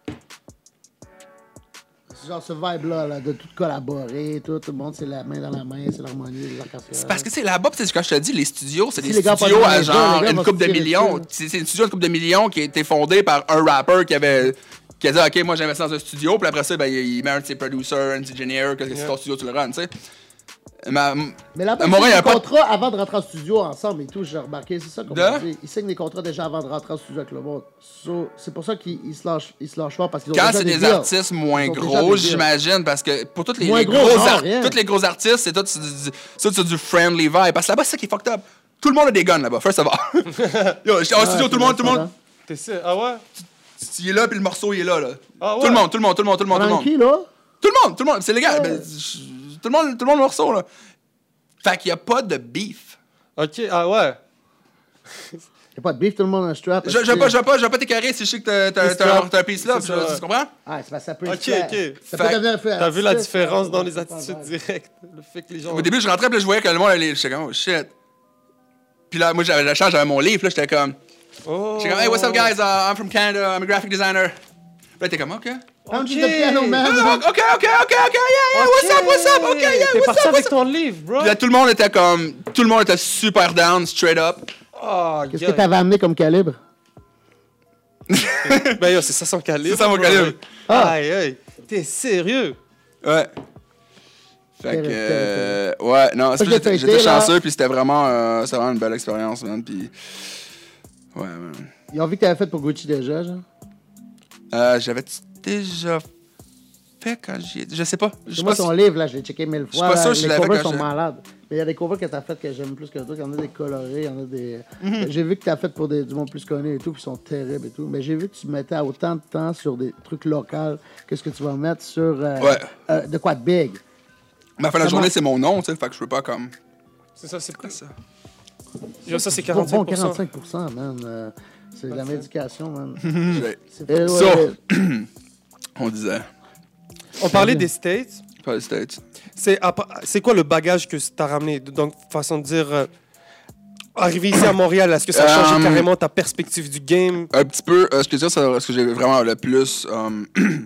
C'est genre ce vibe-là, là, de tout collaborer, tout, tout le monde, c'est la main dans la main, c'est l'harmonie, les arcs-en-ciel. C'est parce que, c'est là-bas, c'est ce que je te dis, les studios, c'est Si des les gars studios pas dans à les gars, genre les gars une vont coupe de se tirer millions. dessus. C'est c'est une studio de coupe de millions qui a été fondée par un rapper qui avait. Qui a dit, OK, moi j'investis dans un studio, puis après ça, ben, il il met un de ses producers, un de ses engineers, que c'est ton studio, tu le runs, tu sais. Ma- Mais là-bas, À ils Montréal, signent y a des pas de- contrats avant de rentrer en studio ensemble et tout, j'ai remarqué, c'est ça qu'on De? m'a dit. Ils signent des contrats déjà avant de rentrer en studio avec le monde. So, c'est pour ça qu'ils ils se lâchent, ils se lâchent fort, parce qu'ils ont Quand déjà c'est des deals. artistes moins Ils ont déjà gros, des deals. j'imagine, parce que pour tous les, Moins les gros, gros, non, ar- rien. tous les gros artistes, c'est tout, c'est du, c'est tout du friendly vibe. Parce que là-bas, c'est ça qui est fucked up. Tout le monde a des guns là-bas, first of all. Yo, j'étais en Ah, studio, c'est tout le monde, tout le vrai, monde. T'es sûr? Ah ouais? Il est là, puis le morceau, il est là, là. Ah ouais? Tout le monde, tout le monde, tout le monde, tout le monde, tout le monde. Frankie, là, Tout le monde, tout le monde, c'est légal. Ouais. Ben, je- tout le monde, tout le monde le morceau, là. Fait qu'il y a pas de beef. Ok, ah ouais. y a pas de beef, tout le monde a un strap. Je, je vais pas, je vais pas, je vais pas t'écœurer si je sais que t'as, t'as, t'as, un- t'as un piece là, C'est puis ça, je- ouais. tu comprends? Ah, c'est parce que ça peut Ok, être fait. ok. Ça Fait- peut devenir fait. T'as vu la artiste, différence ça, dans ça, les ça, attitudes ça. directes? Le fait que les gens... Au début, je rentrais, puis là, je voyais que le monde allait. J'étais comme, oh shit. Puis là, moi, j'avais la chance, j'avais mon livre, là, j'étais comme. Oh. J'étais comme, hey, what's up, guys? Uh, I'm from Canada, I'm a graphic designer. Puis là, t'es comme, OK. I'm Ok. just a piano man. Ah, OK, OK, OK, OK, yeah, yeah, what's up, what's up, OK, yeah, T'es what's parti up, avec what's up. ton livre, bro. Puis là, tout le monde était comme. Tout le monde était super down, straight up. Oh, Qu'est-ce que t'avais amené comme calibre? Ben yo, c'est ça son calibre. C'est ça, mon bro. calibre. Ah. Aïe, aïe. T'es sérieux? Ouais. Fait que. euh, ouais, non, c'est Fait que j'étais t'as j'étais été, là. chanceux, puis c'était vraiment, euh, c'était vraiment une belle expérience, man. Puis. Ouais, man. Ils ont vu que t'avais fait pour Gucci déjà, genre. Euh, j'avais déjà fait quand j'y étais. Je sais pas. Je sais Moi, pas. ton si- livre, là, je l'ai checké mille suis fois. pas là, sûr si je les l'avais covers quand sont j'étais- malades. Mais il y a des covers que t'as fait que j'aime plus que d'autres. Il y en a des colorés, il y en a des. Mhm. J'ai vu que t'as fait pour des, du monde plus connu et tout, puis ils sont terribles et tout. Mais j'ai vu que tu mettais autant de temps sur des trucs locaux que ce que tu vas mettre sur. euh, Ouais. euh, de quoi de big. Ma fin de la Comment- journée, c'est mon nom, tu sais. Fait que je peux pas comme. C'est ça, c'est quoi ça? Yo, ça, c'est Bon, quarante-cinq bon, pour cent. quarante-cinq pour cent, man. Euh, c'est de la médication, man. J'ai- C'est eh, ouais, Ça. ouais. On disait. On parlait des States. Pas les States. C'est après- c'est quoi le bagage que t'as ramené? Donc, façon de dire, euh, arrivé ici à Montréal, est-ce que ça a changé Euh, carrément ta perspective du game? Un petit peu. euh, ce que je veux dire, c'est ce que j'ai vraiment le plus um,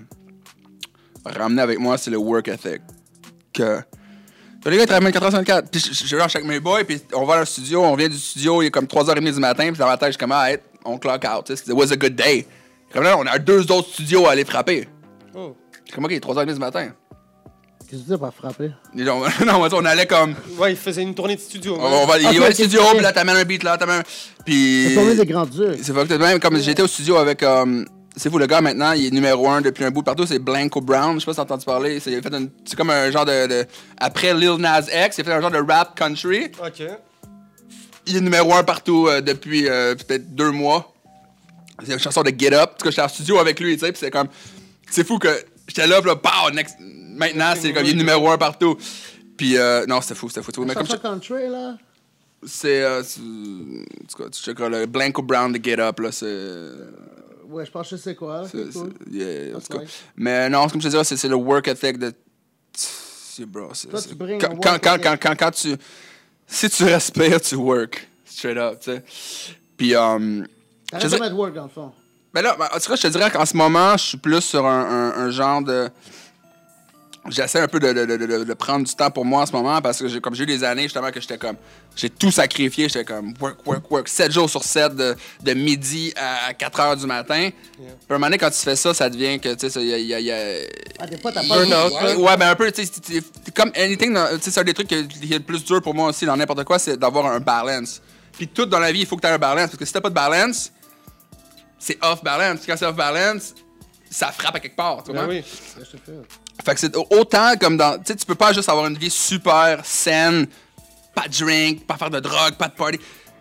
ramené avec moi, c'est le work ethic. Que. Les gars, ils travaillent quatre heures sur vingt-quatre. Puis je, je, je vais chez mes boys, puis on va dans le studio, on vient du studio, il est comme trois heures trente du matin, puis dans ma tête, je suis comme, ah, hey, on clock out. tu sais, It was a good day. Comme là, on a deux autres studios à aller frapper. Oh. Je suis comme, ok, trois heures trente du matin. Qu'est-ce que tu dis par frapper? Et on, non, on, on allait comme. Ouais, il faisait une tournée de studio. On, on va, il Ok, va au ok, studio, ok. puis là, t'amènes un beat là, t'amènes un. Puis. C'est tourné des grands durs. C'est pas que même comme j'étais au studio avec. euh, c'est fou, le gars maintenant, il est numéro un depuis un bout partout, c'est Blanco Brown. Je sais pas si t'as entendu parler. C'est, il a fait une- c'est comme un genre de, de- Après Lil Nas X, il a fait un genre de rap country. OK. Il est numéro un partout euh, depuis euh, peut-être deux mois. C'est une chanson de Get Up. En tout cas, j'étais en studio avec lui, tu sais, puis c'est comme. C'est fou que j'étais là, puis là, pow, next... maintenant, c'est comme il est numéro un partout. Puis, euh, non, c'était fou, c'était fou. c'était fou. Mais comme Chanson je- country, là? c'est. Euh, c'est- en tout cas, tu checkeras le Blanco Brown de Get Up, là, c'est. Ouais, je pense que je sais quoi. C'est- C'est cool. c'est- yeah, en That's tout cas. nice. Mais non, comme je te disais, c'est, c'est le work ethic de. C'est bro. C'est, Toi, c'est- tu brings quand, le quand, work quand, ethic. quand, quand, quand tu. Si tu respires, tu work. Straight up, tu sais. Puis, um, T'arrêtes je de sais- mettre work, dans le fond. ben là, ben, en tout cas, je te dirais qu'en ce moment, je suis plus sur un, un, un genre de. j'essaie un peu de, de, de, de, de prendre du temps pour moi en ce moment parce que j'ai, comme j'ai eu des années justement que j'étais comme j'ai tout sacrifié, j'étais comme work, work, work, sept jours sur sept de, de midi à quatre heures du matin. Yeah. Puis à un moment donné, quand tu fais ça, ça devient que tu sais, il y a, y a, y a... Ah, des fois, t'as pas burn-out. Ouais, ouais, ben un peu, tu sais, comme anything, tu sais, c'est un des trucs qui est le plus dur pour moi aussi dans n'importe quoi, c'est d'avoir un balance. Puis tout dans la vie, il faut que tu aies un balance parce que si t'as pas de balance, c'est off balance. Quand c'est off balance, ça frappe à quelque part, tu vois. Ben oui. Fait que c'est autant comme dans... Tu sais, tu peux pas juste avoir une vie super saine, pas de drink, pas faire de drogue, pas de party.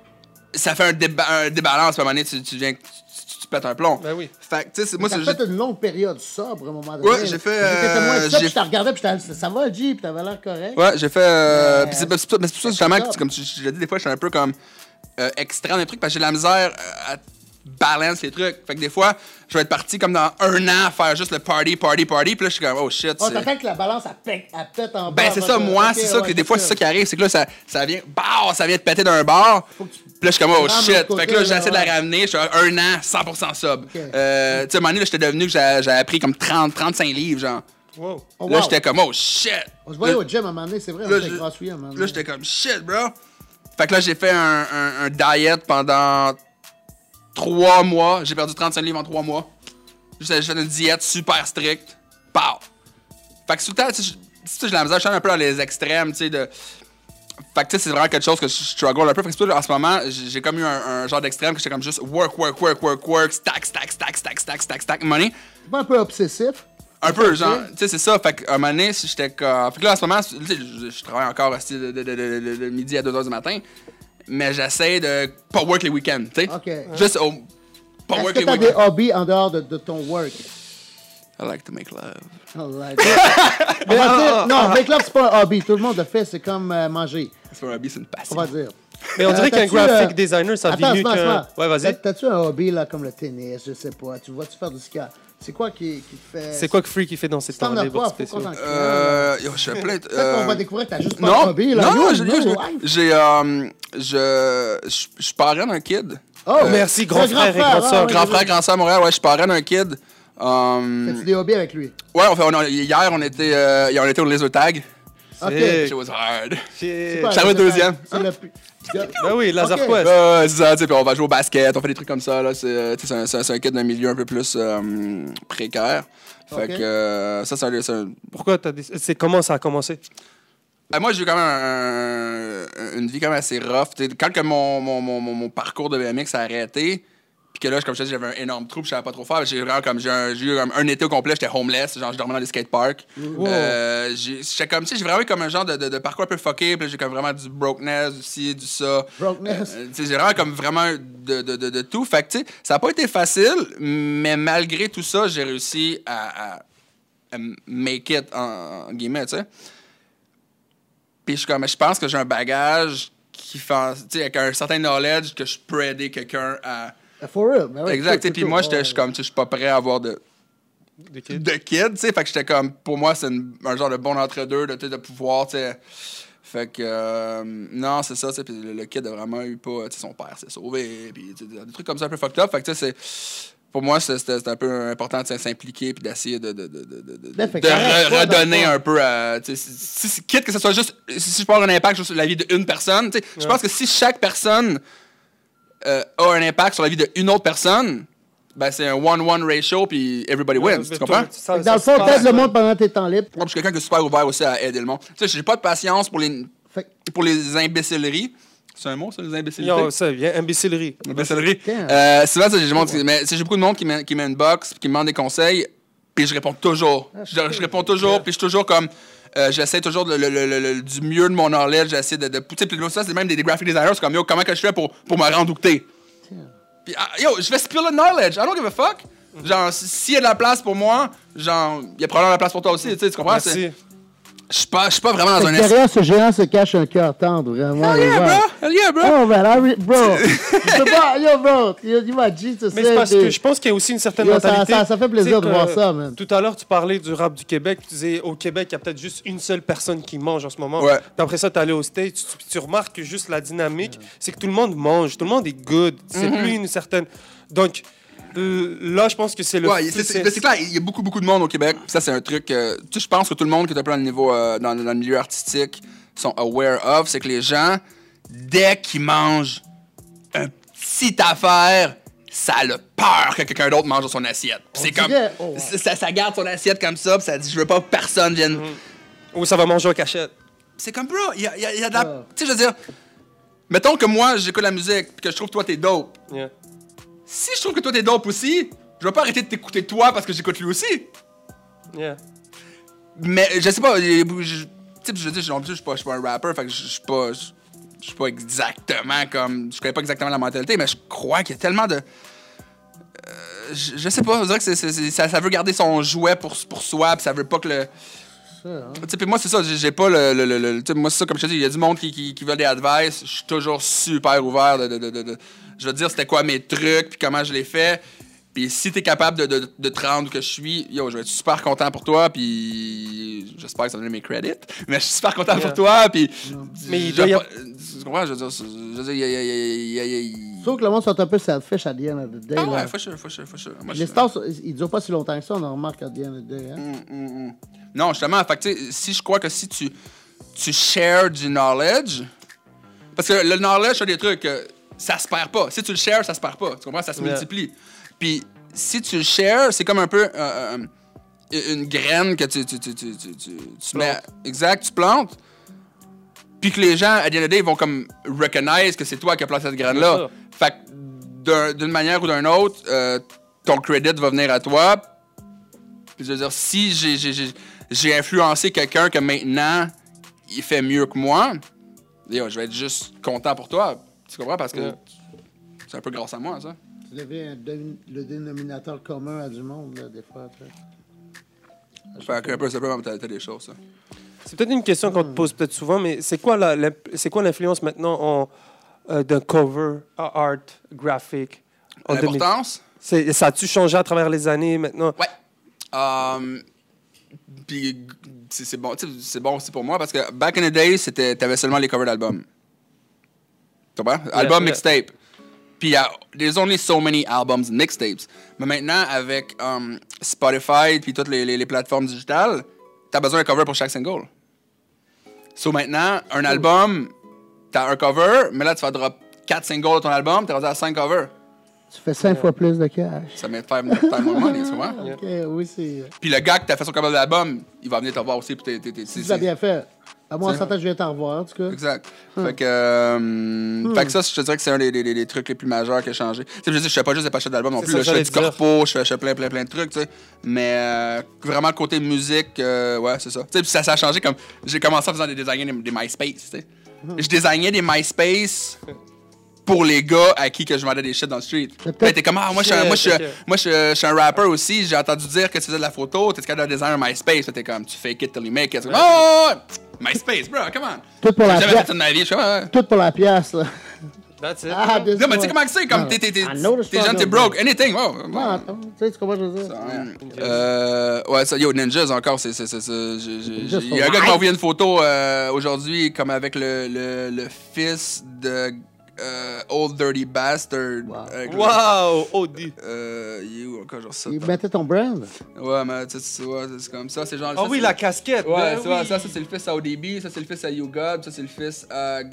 Ça fait un, déba un débalance, à un moment donné, tu, tu viens... Tu, tu, tu pètes un plomb. Ben oui. Fait que, tu sais, moi, c'est juste... T'as fait une longue période sobre, à un moment donné. Ouais, j'ai fait... Euh, j'ai... Je te regardais, puis ça va, G, puis t'avais l'air correct. Ouais, j'ai fait... Euh, euh, puis c'est pour ça, justement, que, comme je l'ai dit, des fois, je suis un peu comme... Euh, extrême des trucs, parce que j'ai la misère à balance les trucs. Fait que des fois, je vais être parti comme dans un an à faire juste le party, party, party. Puis là, je suis comme, oh shit. Oh, t'attends que la balance, elle pète, elle pète en bas. Ben, c'est ça, moi, okay, c'est ça, ouais, que des fois, c'est ça qui arrive. C'est que là, ça, ça vient, bah, ça vient de péter d'un bar. Puis là, je suis comme, oh shit. Côté, fait que là, j'essaie ouais. de la ramener. Je suis un an, cent pour cent sub. Okay. Euh, tu sais, à un moment donné, j'étais devenu que j'avais pris comme trente, trente-cinq livres, genre. Wow. Oh, là, wow. j'étais comme, oh shit. On se voyait au gym à un moment donné, c'est vrai, on s'était grassouillé à un moment donné. Là, j'étais comme, shit, bro. Fait que là, j'ai fait un, un, un diet pendant trois mois. J'ai perdu trente-cinq livres en trois mois. J'ai fait une diète super stricte. Pow! Fait que tout le temps, tu sais, j'ai la misère, je suis un peu dans les extrêmes, tu sais, de... Fait que tu sais, c'est vraiment quelque chose que je struggle un peu. Fait que en ce moment, j'ai comme eu un, un genre d'extrême que j'étais comme juste work, work, work, work, work, stack, stack, stack, stack, stack, stack, stack, money. C'est pas un peu obsessif? Un peu, genre, tu sais, c'est ça. Fait qu'à un moment donné, j'étais comme... Fait que là, en ce moment, je, je travaille encore de, de, de, de, de, de midi à deux heures du matin, mais j'essaie de pas work les week-ends, tu sais. OK. Juste au... Pas Est-ce work que les t'as week-ends. des hobbies en dehors de, de ton work? I like to make love. I like on va dire, non, make love, c'est pas un hobby. Tout le monde le fait, c'est comme euh, manger. C'est pas un hobby, c'est une passion. On va dire. Mais on dirait Euh, qu'un t'as-tu, graphic euh, designer, ça vit Attends, mieux c'est pas, c'est qu'un... pas. Ouais, vas-y. T'as- T'as-tu un hobby là, comme le tennis, je sais pas, tu vas-tu faire du ski? C'est quoi qui, qui te fait... C'est quoi que Free qui fait dans ses Si t'en temps as libres pas, faut spéciaux? qu'on en crée. Euh... Yo, je suis plein de... Peut-être euh, qu'on va découvrir que t'as juste pas Non, un hobby. Là. non, Yo, non, j'ai... no, j'ai- life. J'ai... euh, Je... Je je suis parrain d'un kid. Oh, Oh, merci, grand un frère et grand grande frère, sœur. ah, ouais. Grand frère, grand sœur à Montréal, ouais, je suis parrain d'un kid. Um, Fais-tu des hobbies avec lui? Ouais, on fait, on a- hier, on était, euh, on était au laser tag. OK. Sick. It was hard. Shit. Quoi, J'arrive le- deuxième. C'est le plus... Ben oui, Lazar Ok. Quest. Ouais, ouais, c'est ça, tu sais, puis on va jouer au basket, on fait des trucs comme ça, là. C'est, euh, tu sais, c'est un- c'est un, c'est un kid d'un milieu un peu plus euh, précaire. Fait Ok. que euh, ça, c'est un, c'est un- Pourquoi t'as déc- C'est comment ça a commencé? Ben, moi, j'ai eu quand même un- un- une vie quand même assez rough. T'sais, quand que mon, mon, mon, mon- mon parcours de B M X a arrêté, puis que là, comme je te dis, j'avais un énorme trou, puis je savais pas trop faire. J'ai vraiment comme j'ai un- j'ai eu comme un été au complet, j'étais homeless, genre je dormais dans des skateparks. Wow. Euh, j'ai- j'étais comme, tu sais, j'ai vraiment eu comme un genre de, de, de parcours un peu fucké, puis là, j'ai comme vraiment du brokeness, du ci, du ça. Brokeness. Euh, tu sais, j'ai vraiment comme vraiment de, de, de, de tout. Fait que, tu sais, ça a pas été facile, mais malgré tout ça, j'ai réussi à, à, à make it, en, en guillemets, tu sais. Puis je suis comme, je pense que j'ai un bagage qui fait, tu sais, avec un certain knowledge que je peux aider quelqu'un à... For real. Ben ouais, exact, tout, tu sais, puis tout, moi, tout. j'étais, je suis comme, tu sais, je suis pas prêt à avoir de... Des kids? de kid, tu sais, fait que j'étais comme, pour moi, c'est une- un genre de bon entre-deux, de, tu sais, de pouvoir, tu sais, fait que, euh, non, c'est ça, tu sais, puis le, le kid a vraiment eu pas, tu sais, son père s'est sauvé, puis tu sais, des trucs comme ça un peu fucked up, fait que, tu sais, c'est, pour moi, c'est- c'était c'était un peu important de s'impliquer, puis d'essayer de, de, de, de, de, de, Ben, fait de que arrête re- pas redonner d'en faire. un peu à, tu sais, si, si- quitte que ce soit juste, si, si je parle un impact sur la vie d'une personne, tu sais, je pense que si chaque personne euh, a un impact sur la vie d'une autre personne, ben c'est un one-one ratio, puis everybody wins, tu comprends? Fait que Dans le fond, t'aides le monde pendant tes temps libres. Moi, je suis quelqu'un qui est super ouvert aussi à aider le monde. Tu sais, j'ai pas de patience pour les, Fait que- pour les imbécileries. C'est un mot, ça, les imbécilités? Yo, ça vient, imbécilerie. Imbécileries. Damn. Euh, souvent, ça, j'ai du monde qui- mais, tu sais, j'ai beaucoup de monde qui met, qui met une box, puis qui me demande des conseils, puis je réponds toujours. Je, je réponds toujours, puis je suis toujours comme... euh, j'essaie toujours de- le, le, le, le- du mieux de mon knowledge, j'essaie de... de pousser. Puis ça, c'est même des, des graphic designers, c'est comme, yo, comment que je fais pour, pour me rendre où que t'es? Puis, ah, yo, je vais spill le knowledge, I don't give a fuck. Genre, si- s'il y a de la place pour moi, genre, il y a probablement de la place pour toi aussi, tu sais, tu comprends? C'est- Merci. Je suis pas, je suis pas vraiment dans Fait un... que derrière ce géant se cache un cœur tendre, vraiment. Hell yeah, ouais. bro! Hell yeah, bro! Oh, man, I re- bro. Je peux pas, yo, bro. You, you my G, tu Mais sais, c'est parce des- que je pense qu'il y a aussi une certaine Yo, ça- mentalité. ça- ça fait plaisir Tu sais de voir que, ça, man. Tout à l'heure, tu parlais du rap du Québec. Tu disais, au Québec, il y a peut-être juste une seule personne qui mange en ce moment. Ouais. Puis après ça, tu es allé aux States. Tu, tu remarques que juste la dynamique, c'est que tout le monde mange. Tout le monde est good. C'est plus une certaine... Donc, euh, là, je pense que c'est le. Ouais, c'est, c'est, c'est clair, il y a beaucoup, beaucoup de monde au Québec. Ça, c'est un truc. Euh, tu sais, je pense que tout le monde qui est un peu dans le niveau, euh, dans, dans le milieu artistique, sont aware of. C'est que les gens, dès qu'ils mangent une petite affaire, ça a le peur que quelqu'un d'autre mange dans son assiette. Pis c'est comme. Oh, ouais. ça, ça garde son assiette comme ça, pis ça dit, je veux pas que personne vienne. Mm-hmm. Ou ça va manger en cachette. C'est comme, bro, il y a, y, a, y a de la. Oh. Tu sais, je veux dire, mettons que moi, j'écoute la musique, pis que je trouve que toi, t'es dope. Yeah. Si je trouve que toi, t'es dope aussi, je vais pas arrêter de t'écouter toi parce que j'écoute lui aussi. Yeah. Mais je sais pas, je, je, je veux dire, je, je suis pas, pas un rapper, fait que je suis pas. Je suis pas exactement comme. Je connais pas exactement la mentalité, mais je crois qu'il y a tellement de. Euh, je, je sais pas, on dirait que c'est, c'est, c'est, ça, ça veut garder son jouet pour, pour soi, pis ça veut pas que le. Hein? Tu sais, puis moi, c'est ça, j'ai, j'ai pas le. le, le, le tu sais, moi, c'est ça, comme je te dis, il y a du monde qui, qui, qui veut des advice. Je suis toujours super ouvert de, de, de, de, de. Je veux te dire, c'était quoi mes trucs, puis comment je les fais. Puis si t'es capable de, de, de te rendre où que je suis, yo, je vais être super content pour toi, puis j'espère que ça va donner mes credits. Mais je suis super content yeah. pour toi, puis. Mais il doit y avoir. Tu comprends? Je veux dire, je veux dire, il y a. y a, y a, y a... Sauf que le monde sont un peu selfish à the end of the day. Ah ouais, faut sure, faut sure, faut sure. Les stars, ils durent pas si longtemps que ça, on en remarque à the end of the day. Hein? Mm, mm, mm. Non, justement, fait que, tu sais, si je crois que si tu, tu shares du knowledge, parce que le knowledge, c'est des trucs, euh, ça se perd pas. Si tu le shares, ça se perd pas. Tu comprends? Ça se yeah. multiplie. Puis, si tu le shares, c'est comme un peu euh, une graine que tu, tu, tu, tu, tu, tu, tu mets. Exact, tu plantes. Puis que les gens, à the end of the day, vont comme recognize que c'est toi qui as planté cette graine-là. Fait que d'un, d'une manière ou d'une autre, euh, ton credit va venir à toi. Puis je veux dire, si j'ai, j'ai, j'ai, j'ai influencé quelqu'un que maintenant, il fait mieux que moi, yo, je vais être juste content pour toi. Tu comprends? Parce que yeah. c'est un peu grâce à moi, ça. Tu levais le dénominateur commun à du monde, là, des fois. Fait qu'un peu, c'est un peu la mentalité des choses, ça. C'est peut-être une question qu'on te pose peut-être souvent, mais c'est quoi, la, la, c'est quoi l'influence maintenant en, euh, d'un cover art graphique? En L'importance? deux mille... Ça a-tu changé à travers les années maintenant? Ouais. Um, puis c'est, c'est, bon, c'est bon aussi pour moi parce que back in the days, c'était, t'avais seulement les covers d'albums. Tu comprends? Yeah, Album, yeah. Mixtape. Puis il y a there's only so many albums and mixtapes. Mais maintenant, avec um, Spotify puis toutes les, les, les plateformes digitales, t'as besoin d'un cover pour chaque single. So maintenant, un album, t'as un cover, mais là, tu vas drop quatre singles de ton album, t'es rendu à cinq covers. Tu fais cinq yeah. fois plus de cash. Ça met time, time more money, tu vois? OK, oui, c'est... Puis le gars qui t'a fait son cover de l'album, il va venir te voir aussi. Puis t'es, t'es, tu l'as bien fait. À moi, en sortant, je viens t'en revoir, en tout cas. Exact. Hum. Fait que, euh, hum. fait que ça, je te dirais que c'est un des, des, des trucs les plus majeurs qui a changé. Tu sais, je veux dire, je fais pas juste des pochettes d'albums non c'est plus. Là, je fais du corpo, je fais, je fais plein, plein, plein de trucs, tu sais. Mais euh, vraiment, le côté musique, euh, ouais, c'est ça. Tu sais, ça, ça a changé comme... J'ai commencé en faisant des designs des, des MySpace, tu sais. Hum. Je désignais des MySpace... pour les gars à qui que je vendais des shit dans le street. Ben, t'es comme, ah, moi, je suis moi, je, moi, je, je suis un rapper aussi, j'ai entendu dire que tu faisais de la photo, t'es capable de designer un MySpace, t'es comme, tu fake it till you make it. Oh, MySpace, bro, come on. Tout pour la pièce. Vie, ouais. Tout pour la pièce, là. That's it. Ah, non, mais tu sais comment c'est, comme, t'es, t'es, t'es, t'es jeune, t'es broke, anything, oh. Non, tu sais, tu comprends ce que je veux dire? Euh, ouais, ça, yo, Ninjas encore, c'est, c'est, c'est, c'est, il y a un gars qui m'a envoyé une photo euh, aujourd'hui, comme avec le, le, le fils de... Uh, Old Dirty Bastard. Wow, wow. O D. Euh, you, encore genre ça. Il mettait ton brand. Ouais, mais tu sais, ouais, c'est comme ça. C'est genre. Ah oh oui, la casquette. Ouais, ben c'est, oui. ça, ça c'est le fils à O D B, ça c'est le fils à You God, ça c'est le fils à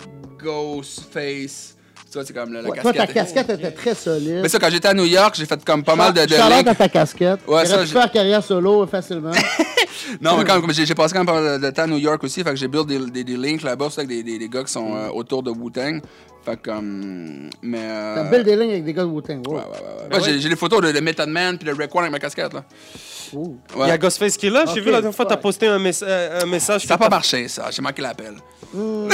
Ghostface. Tu vois, c'est comme la, la ouais, casquette. Toi, ta casquette était très solide. Mais ça, quand j'étais à New York, j'ai fait comme pas mal de. de Charlotte à ta casquette. Ouais, ça. Tu faire carrière solo facilement. Non, mais quand j'ai, j'ai passé quand même pas mal de temps à New York aussi, fait que j'ai build des, des, des links là-bas, c'est avec des, des, des gars qui sont euh, autour de Wu-Tang. Fait comme. Mais. Euh... T'as build des lignes avec des gars de Wu-Tang. Wow. Ouais, ouais, ouais. ouais. ouais j'ai, j'ai les photos de, de Method Man puis de Rick Warren avec ma casquette, là. Ouais. Il y a Ghostface qui est là. Okay. J'ai vu la dernière fois, t'as posté un, mes- un message. Ça n'a pas marché, ça. J'ai manqué l'appel. Mmh.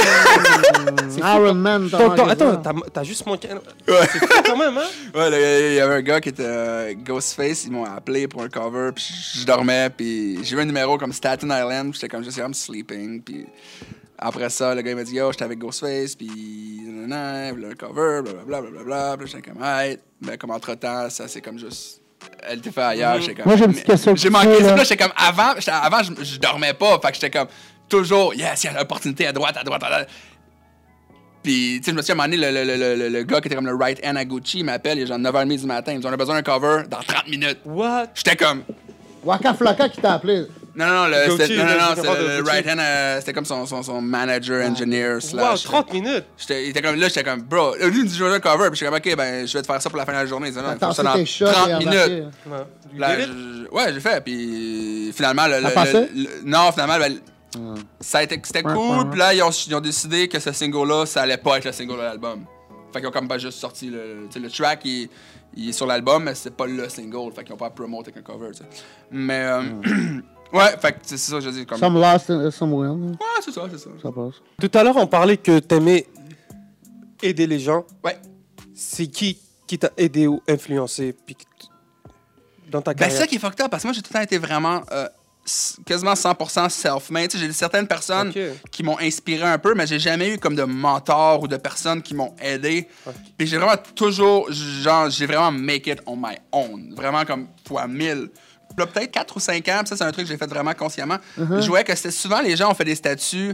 Iron Man, t'as ton, Attends, t'as, t'as juste manqué. Ouais. C'est fou quand même, hein? Ouais, il y avait un gars qui était euh, Ghostface. Ils m'ont appelé pour un cover. Puis je dormais. Puis j'ai eu un numéro comme Staten Island. J'étais comme, just, I'm sleeping. Puis après ça, le gars il m'a dit, yo, j'étais avec Ghostface. Puis nanana, le cover, blablabla. Blablabla. Puis j'étais comme, hey. Mais comme entre-temps, ça c'est comme juste. Elle était fait ailleurs. Mm-hmm. Comme, moi, j'ai une petite question. J'ai manqué ça. Là, j'étais comme, avant, j'étais, avant je, je dormais pas. Fait que j'étais comme, toujours, yes, il y a l'opportunité à droite, à droite, à droite. Puis, tu sais, je me suis dit, à un moment donné, le, le, le, le, le gars qui était comme le right hand à Gucci, il m'appelle, il est genre neuf heures trente du matin. Il me dit, on a besoin d'un cover dans trente minutes. What? J'étais comme. Waka Flocka qui t'a appelé. Non, non, non, le, Gucci, c'était, non, non, le- non, le- c'était le- le Gucci. right hand, euh, c'était comme son, son, son manager, engineer, Wow, slash. trente minutes. J'étais, il était comme là, j'étais comme, bro, lui, il me dit, je veux un cover, puis j'étais comme, ok, ben, je vais te faire ça pour la fin de la journée. Il dit, non, il faut Attends, ça dans c'était shot trente et minutes. embarqué. Ouais. You Là, did it? je- ouais, j'ai fait, puis finalement, le. Ça le- passait? le- le- non, finalement, ben, Hmm. ça a été, c'était Ouais, ouais, cool, ouais. puis là, ils ont, ils ont décidé que ce single-là, ça allait pas être le single de l'album. Fait qu'ils ont comme pas juste sorti le. Tu sais, le track, il, il est sur l'album, mais c'est pas le single. Fait qu'ils ont pas promoté avec un cover, tu sais. Mais. Euh, ouais, fait que c'est ça, je dis comme. Some lost in some win. Ouais, c'est ça, c'est ça. Ça passe. Tout à l'heure, on parlait que t'aimais aider les gens. Ouais. C'est qui qui t'a aidé ou influencé puis que t- dans ta Ben, carrière? c'est ça qui est fucked up, parce que moi, j'ai tout le temps été vraiment. Euh, s- quasiment cent pour cent self-made. Tu sais, j'ai certaines personnes Ok. qui m'ont inspiré un peu, mais j'ai jamais eu comme de mentor ou de personnes qui m'ont aidé. Ok. Puis j'ai vraiment toujours, genre, j'ai vraiment make it on my own. Vraiment comme fois mille. Puis là, peut-être quatre ou cinq ans, puis ça, c'est un truc que j'ai fait vraiment consciemment. Uh-huh. Je voyais que c'était souvent, les gens ont fait des statuts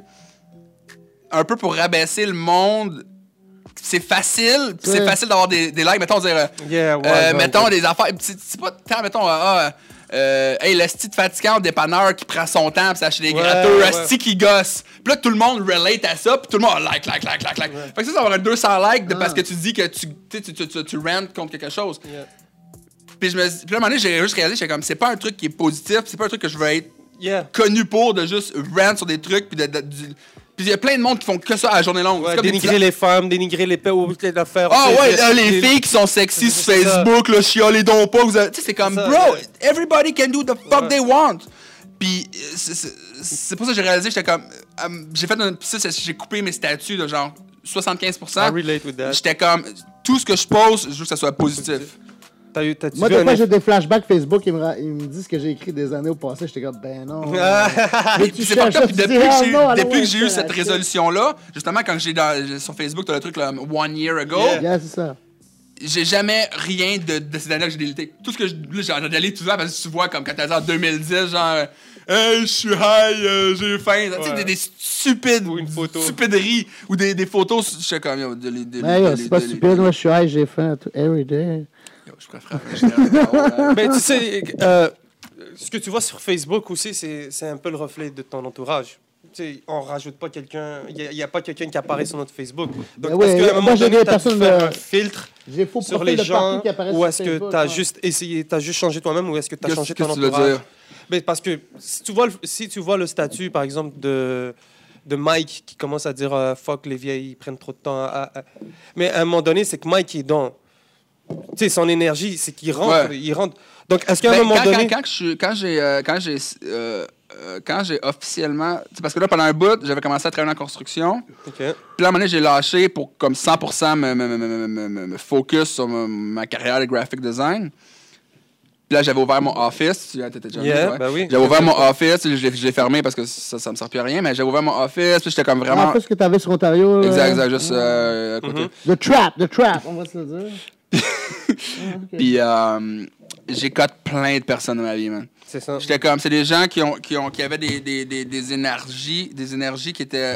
un peu pour rabaisser le monde. C'est facile, puis c'est Ouais. facile d'avoir des, des likes. Mettons, dire, euh, Yeah, ouais, euh, ouais, mettons ouais. des affaires. C'est c'est pas tant, mettons, ah, euh, hey, le style fatigant dépanneur qui prend son temps, puis s'acheter des Ouais, gratteux, ouais. asti qui gosse. Puis là, tout le monde relate à ça, puis tout le monde like, like, like, like, like. Fait que ça, ça va avoir un deux cents likes de, Ah. parce que tu dis que tu, tu, sais, tu, tu, tu, tu rantes contre quelque chose. Yeah. Puis je me puis là, à un moment donné, j'ai juste réalisé, j'étais comme, c'est pas un truc qui est positif, c'est pas un truc que je veux être Yeah. connu pour, de juste rant sur des trucs, puis de, de- du- puis il y a plein de monde qui font que ça à la journée longue. Ouais, C'est comme des dénigrer petits- les femmes, dénigrer les pères ou les affaires. Ah tu sais, ouais, là, les- les filles qui sont sexy sur C'est ça. Facebook, là, chialez donc pas. vous avez- Tu sais, c'est comme, C'est ça, bro, ouais. everybody can do the fuck Ouais. they want. Puis euh, c'est- c'est c'est pour ça que j'ai réalisé, j'étais comme, euh, j'ai fait un, ça, c'est- j'ai coupé mes statuts de genre soixante-quinze pour I cent. relate with that. J'étais comme, tout ce que je pose, je veux que ça soit positif. T'as eu, t'as-tu Moi, vu des un fois, eff- j'ai des flashbacks Facebook, ils me, ra- ils me disent ce que j'ai écrit des années au passé. J'étais comme, ben non. Mais Puis c'est pas cherches ça, Puis tu depuis dis, que ah j'ai eu- non, alors, depuis que ouais, j'ai eu ça, cette ça. résolution-là, justement, quand j'ai dans, sur Facebook, t'as le truc, là, one year ago, Yeah. Yeah, c'est ça. j'ai jamais rien de, de ces années-là que j'ai délité. Tout ce que je. Là, j'ai délité tout ça parce que tu vois, comme quand t'as en deux mille dix, genre. Hey, je suis high, euh, j'ai faim. Tu sais, Ouais. des, des stupides. Ou une photo. Stupideries. Ou des, des photos. Je sais comme, yo, de les. de- Mais de- yo, de- c'est pas de- stupide. Moi, je suis high, j'ai faim tout- every day. Yo, je préfère. je- Mais tu sais, euh, ce que tu vois sur Facebook aussi, c'est c'est un peu le reflet de ton entourage. Tu sais, on rajoute pas quelqu'un, il n'y a, pas quelqu'un qui apparaît sur notre Facebook. Donc, Ben ouais, est-ce qu'à un moi, moment j'ai donné, des t'as dû personnes faire de- un filtre J'ai faux sur profil les de partout gens, qui apparaissent ou sur est-ce que Facebook, tu as ouais. juste essayé, tu as juste changé toi-même, ou est-ce que tu as Qu'est-ce changé que ton tu veux entourage? dire? Mais parce que si tu vois le, si tu vois le statut, par exemple, de, de Mike qui commence à dire euh, fuck les vieilles, ils prennent trop de temps. à- à- à- Mais à un moment donné, c'est que Mike il est dans. Tu sais, son énergie, c'est qu'il rentre, Ouais. il rentre. Donc, est-ce qu'à un Ben, moment quand, donné. quand, quand, je suis- quand j'ai euh, quand j'ai euh, euh, quand j'ai officiellement, tu sais, parce que là pendant un bout j'avais commencé à travailler en construction, Ok. puis là à un moment donné j'ai lâché pour comme cent pour cent me, me, me, me, me, me- me focus sur ma, ma carrière de graphic design. Puis là j'avais ouvert mon office, tu étais déjà Yeah, venu, ouais. ben oui. J'avais ouvert mon office, je l'ai je l'ai fermé parce que ça ça me sert plus à rien, mais j'avais ouvert mon office, puis j'étais comme vraiment En plus que t'avais sur Ontario. là. exact exact juste euh, à côté. Mhm. The trap, the trap, on va se le dire. Puis euh, j'ai coté plein de personnes dans ma vie, man. C'est ça. J'étais comme, c'est des gens qui, ont, qui, ont, qui avaient des, des, des, des énergies, des énergies qui étaient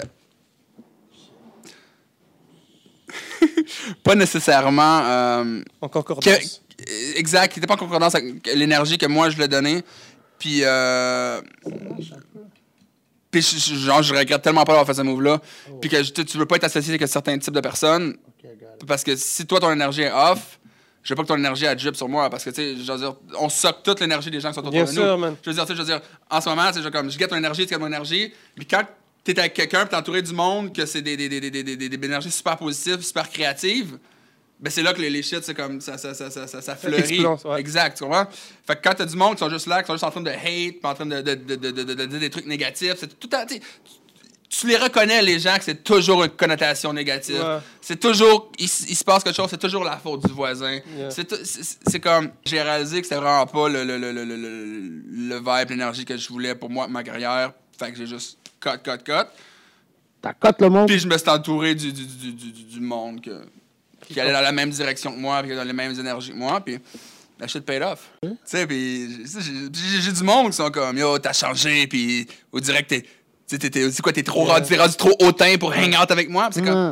pas nécessairement euh, En concordance. que- exact, qui n'étaient pas en concordance avec l'énergie que moi je leur donnais. Puis, euh, puis je, je- genre, je regrette tellement pas d'avoir fait ce move-là. Puis que je- tu tu veux pas être associé avec certains types de personnes. Ok, got it. Parce que si toi, ton énergie est off, je veux pas que ton énergie elle drip sur moi. Parce que, tu sais, je veux dire, on soque toute l'énergie des gens qui sont autour Bien de sûr, nous. man. Je veux dire, tu sais, je veux dire, en ce moment, tu sais, je, comme, je guette ton énergie, tu guettes mon énergie. Puis quand t'es avec quelqu'un, puis t'es entouré du monde, que c'est des, des, des, des, des, des, des énergies super positives, super créatives, ben c'est là que les, les shit, c'est comme, ça, ça, ça, ça, ça, ça fleurit. explose, ouais. Exact, tu comprends? Fait que quand t'as du monde qui sont juste là, qui sont juste en train de hate, puis en train de, de, de, de, de, de, de dire des trucs négatifs, c'est tout à, tu sais, tu les reconnais, les gens, que c'est toujours une connotation négative. Ouais. C'est toujours, il, s- il se passe quelque chose, c'est toujours la faute du voisin. Yeah. C'est, tout- c'est, c'est comme, j'ai réalisé que c'était vraiment pas le, le, le, le, le, le, le vibe, l'énergie que je voulais pour moi, ma carrière. Fait que j'ai juste cut, cut, cut. T'as cote le monde. Puis je me suis entouré du, du, du, du, du- du monde que, qui allait dans la même direction que moi, puis qui avait dans les mêmes énergies que moi. Puis la shit paid off. Tu sais, puis j'ai, j'ai, j'ai du monde qui sont comme, yo, t'as changé, puis on dirait que t'es. Tu sais, t'es, t'es- c'est quoi, t'es trop rendu, t'es rendu trop hautain pour hang out avec moi? Puis c'est comme,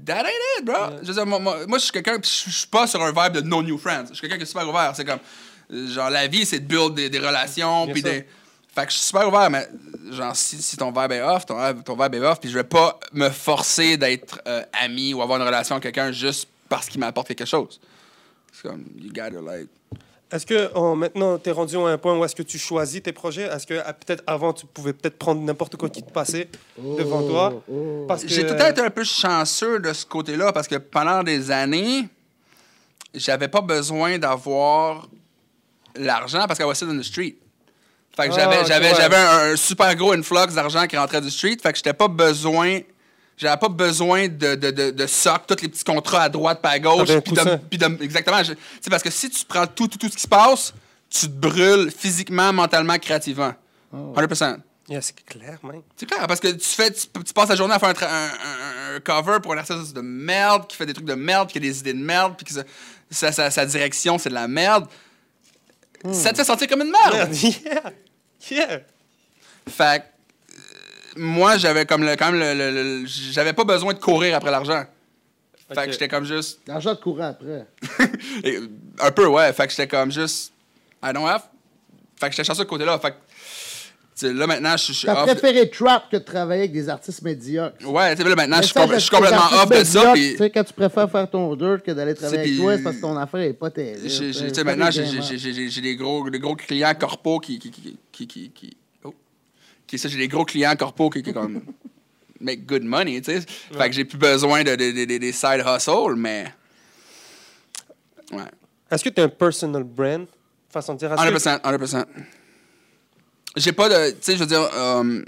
that ain't it, bro. Yeah. Je veux dire, moi, moi, moi je suis quelqu'un, je suis pas sur un vibe de no new friends. Je suis quelqu'un qui est super ouvert. C'est comme, genre, la vie, c'est de build des, des relations, puis des... Fait que je suis super ouvert, mais genre, si, si ton vibe est off, ton, ton vibe est off, puis je vais pas me forcer d'être euh, ami ou avoir une relation avec quelqu'un juste parce qu'il m'apporte quelque chose. C'est comme, you gotta, like... Est-ce que oh, maintenant, tu es rendu à un point où est-ce que tu choisis tes projets? Est-ce que peut-être avant, tu pouvais peut-être prendre n'importe quoi qui te passait oh, devant toi? Oh. Parce que... J'ai tout été un peu chanceux de ce côté-là parce que pendant des années, j'avais pas besoin d'avoir l'argent parce que I was sitting in the street. Fait que j'avais, oh, j'avais, ouais. j'avais un, un super gros influx d'argent qui rentrait du street. Fait que j'étais pas besoin... J'avais pas besoin de, de, de, de sock, tous les petits contrats à droite pas à gauche. Puis de, puis de, exactement. Tu sais, parce que si tu prends tout, tout, tout ce qui se passe, tu te brûles physiquement, mentalement, créativement. Oh. cent pour cent. Yeah, c'est clair, man. C'est clair, parce que tu, fais, tu, tu passes la journée à faire un, un, un, un cover pour un artiste de merde, qui fait des trucs de merde, qui a des idées de merde, puis que sa, sa, sa, sa direction, c'est de la merde. Mm. Ça te fait sentir comme une merde. Yeah. Yeah. Fait que moi, j'avais comme le, quand même le, le, le j'avais pas besoin de courir après l'argent. Fait okay. que j'étais comme juste... L'argent de courir après. Un peu, ouais. Fait que j'étais comme juste... I don't have. Fait que j'étais chanceux de ce côté-là. Fait que là, maintenant, je suis... T'as préféré trap que de travailler avec des artistes médiocres. Ouais, tu sais, là, maintenant, je suis, compl- complètement off de ça. Tu sais, quand tu préfères faire ton dirt que d'aller travailler avec toi, c'est parce que ton affaire est pas terrible. Tu sais, maintenant, j'ai, j'ai, j'ai, j'ai des gros, des gros clients corpos qui... qui, qui, qui, qui, qui Qui, ça, j'ai des gros clients corpos qui, qui comme make good money, tu sais. Ouais. Fait que j'ai plus besoin de, de, de, de, des side hustles, mais... Ouais. Est-ce que tu as un personal brand? Façon de dire... cent pour cent, cent pour cent. J'ai pas de... Tu sais, je veux dire... Um,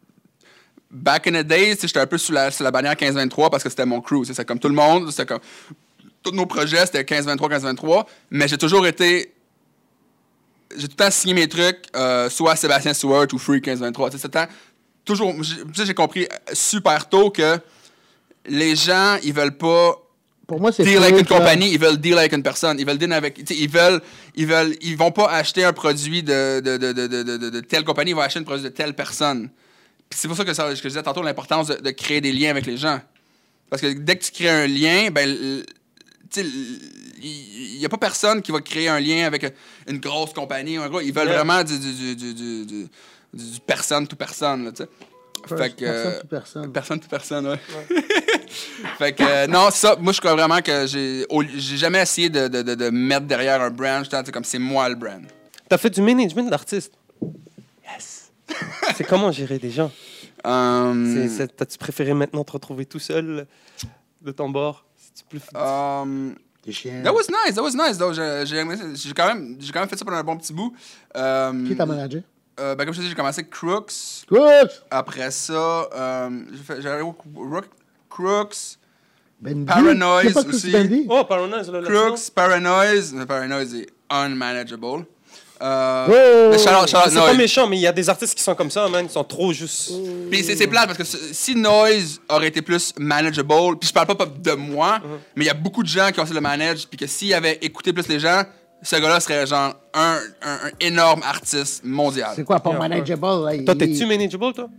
back in the days, j'étais un peu sous la, sous la bannière quinze vingt-trois parce que c'était mon crew. C'était comme tout le monde. C'était comme... Tous nos projets, c'était quinze vingt-trois, quinze vingt-trois. Mais j'ai toujours été... J'ai tout le temps signé mes trucs, euh, soit Sébastien Stewart ou Free quinze vingt-trois. Tu sais, c'est toujours... J'ai, j'ai compris super tôt que les gens, ils veulent pas Pour moi, c'est deal avec une compagnie, ils veulent deal avec une personne. Ils veulent deal avec... Tu sais, ils veulent... Ils veulent... Ils vont pas acheter un produit de, de, de, de, de, de, de telle compagnie, ils vont acheter un produit de telle personne. Puis c'est pour ça que, ça, que je disais tantôt l'importance de, de créer des liens avec les gens. Parce que dès que tu crées un lien, ben... Tu sais, il n'y a pas personne qui va créer un lien avec une grosse compagnie. Ou un gros, ils veulent yeah. vraiment du, du, du, du, du, du, du personne to personne. Là, tu sais. Fait que, personne to personne. Personne to personne, ouais. ouais. Fait que, euh, non, ça, moi, je crois vraiment que j'ai, au, j'ai jamais essayé de, de, de, de mettre derrière un brand. C'est comme c'est moi le brand. T'as fait du management d'artiste. Yes. C'est comment gérer des gens? Um, c'est, c'est, t'as-tu préféré maintenant te retrouver tout seul de ton bord? C'est plus... Um, That was nice, that was nice. Though. J'ai, j'ai, j'ai, quand même, j'ai quand même fait ça pendant un bon petit bout. Um, Qui t'a managé? Euh, ben, comme je te dis, j'ai commencé avec Crooks. Crooks! Après ça, euh, j'ai fait, j'avais Crooks, Bendy? Paranoise aussi. Bendy? Oh, Paranoise, là. Crooks, Paranoise. Mais Paranoise est unmanageable. Euh, oh! mais shout out, shout out c'est Noise. Pas méchant, mais il y a des artistes qui sont comme ça, man. Ils sont trop juste. Oh. Puis c'est, c'est plate parce que si Noise aurait été plus manageable, puis je parle pas de moi, uh-huh. mais il y a beaucoup de gens qui ont essayé de le manage, puis que s'il avait écouté plus les gens, ce gars-là serait genre un, un, un énorme artiste mondial. C'est quoi, pas yeah, manageable? Là, toi, t'es-tu manageable, toi?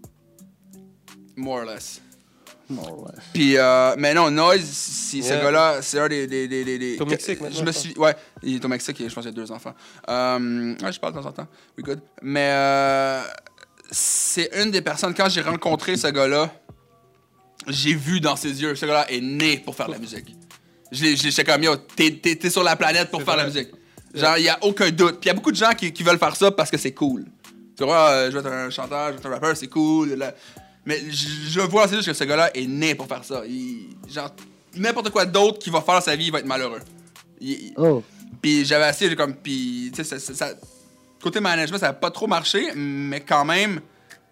More or less. More or less. Puis, euh, mais non, Noise, si yeah. ce gars-là, c'est un des... des, des, des, des au Mexique, maintenant. Je me suis... Ouais, il est au Mexique, je pense qu'il a deux enfants. Euh, ouais, je parle de temps en temps. We good. Mais euh, c'est une des personnes, quand j'ai rencontré ce gars-là, j'ai vu dans ses yeux, ce gars-là est né pour faire de la musique. J'étais comme, yo, t'es, t'es, t'es sur la planète pour c'est faire vrai. La musique. Genre, il n'y a aucun doute. Puis il y a beaucoup de gens qui, qui veulent faire ça parce que c'est cool. Tu vois, euh, je veux être un chanteur, je veux être un rappeur, c'est cool. Là. Mais je, je vois aussi juste que ce gars-là est né pour faire ça. Il, genre, n'importe quoi d'autre qu'il va faire dans sa vie, il va être malheureux. Il, oh. Puis j'avais assez, comme, puis, tu sais, ça, ça, ça, côté management, ça n'a pas trop marché, mais quand même,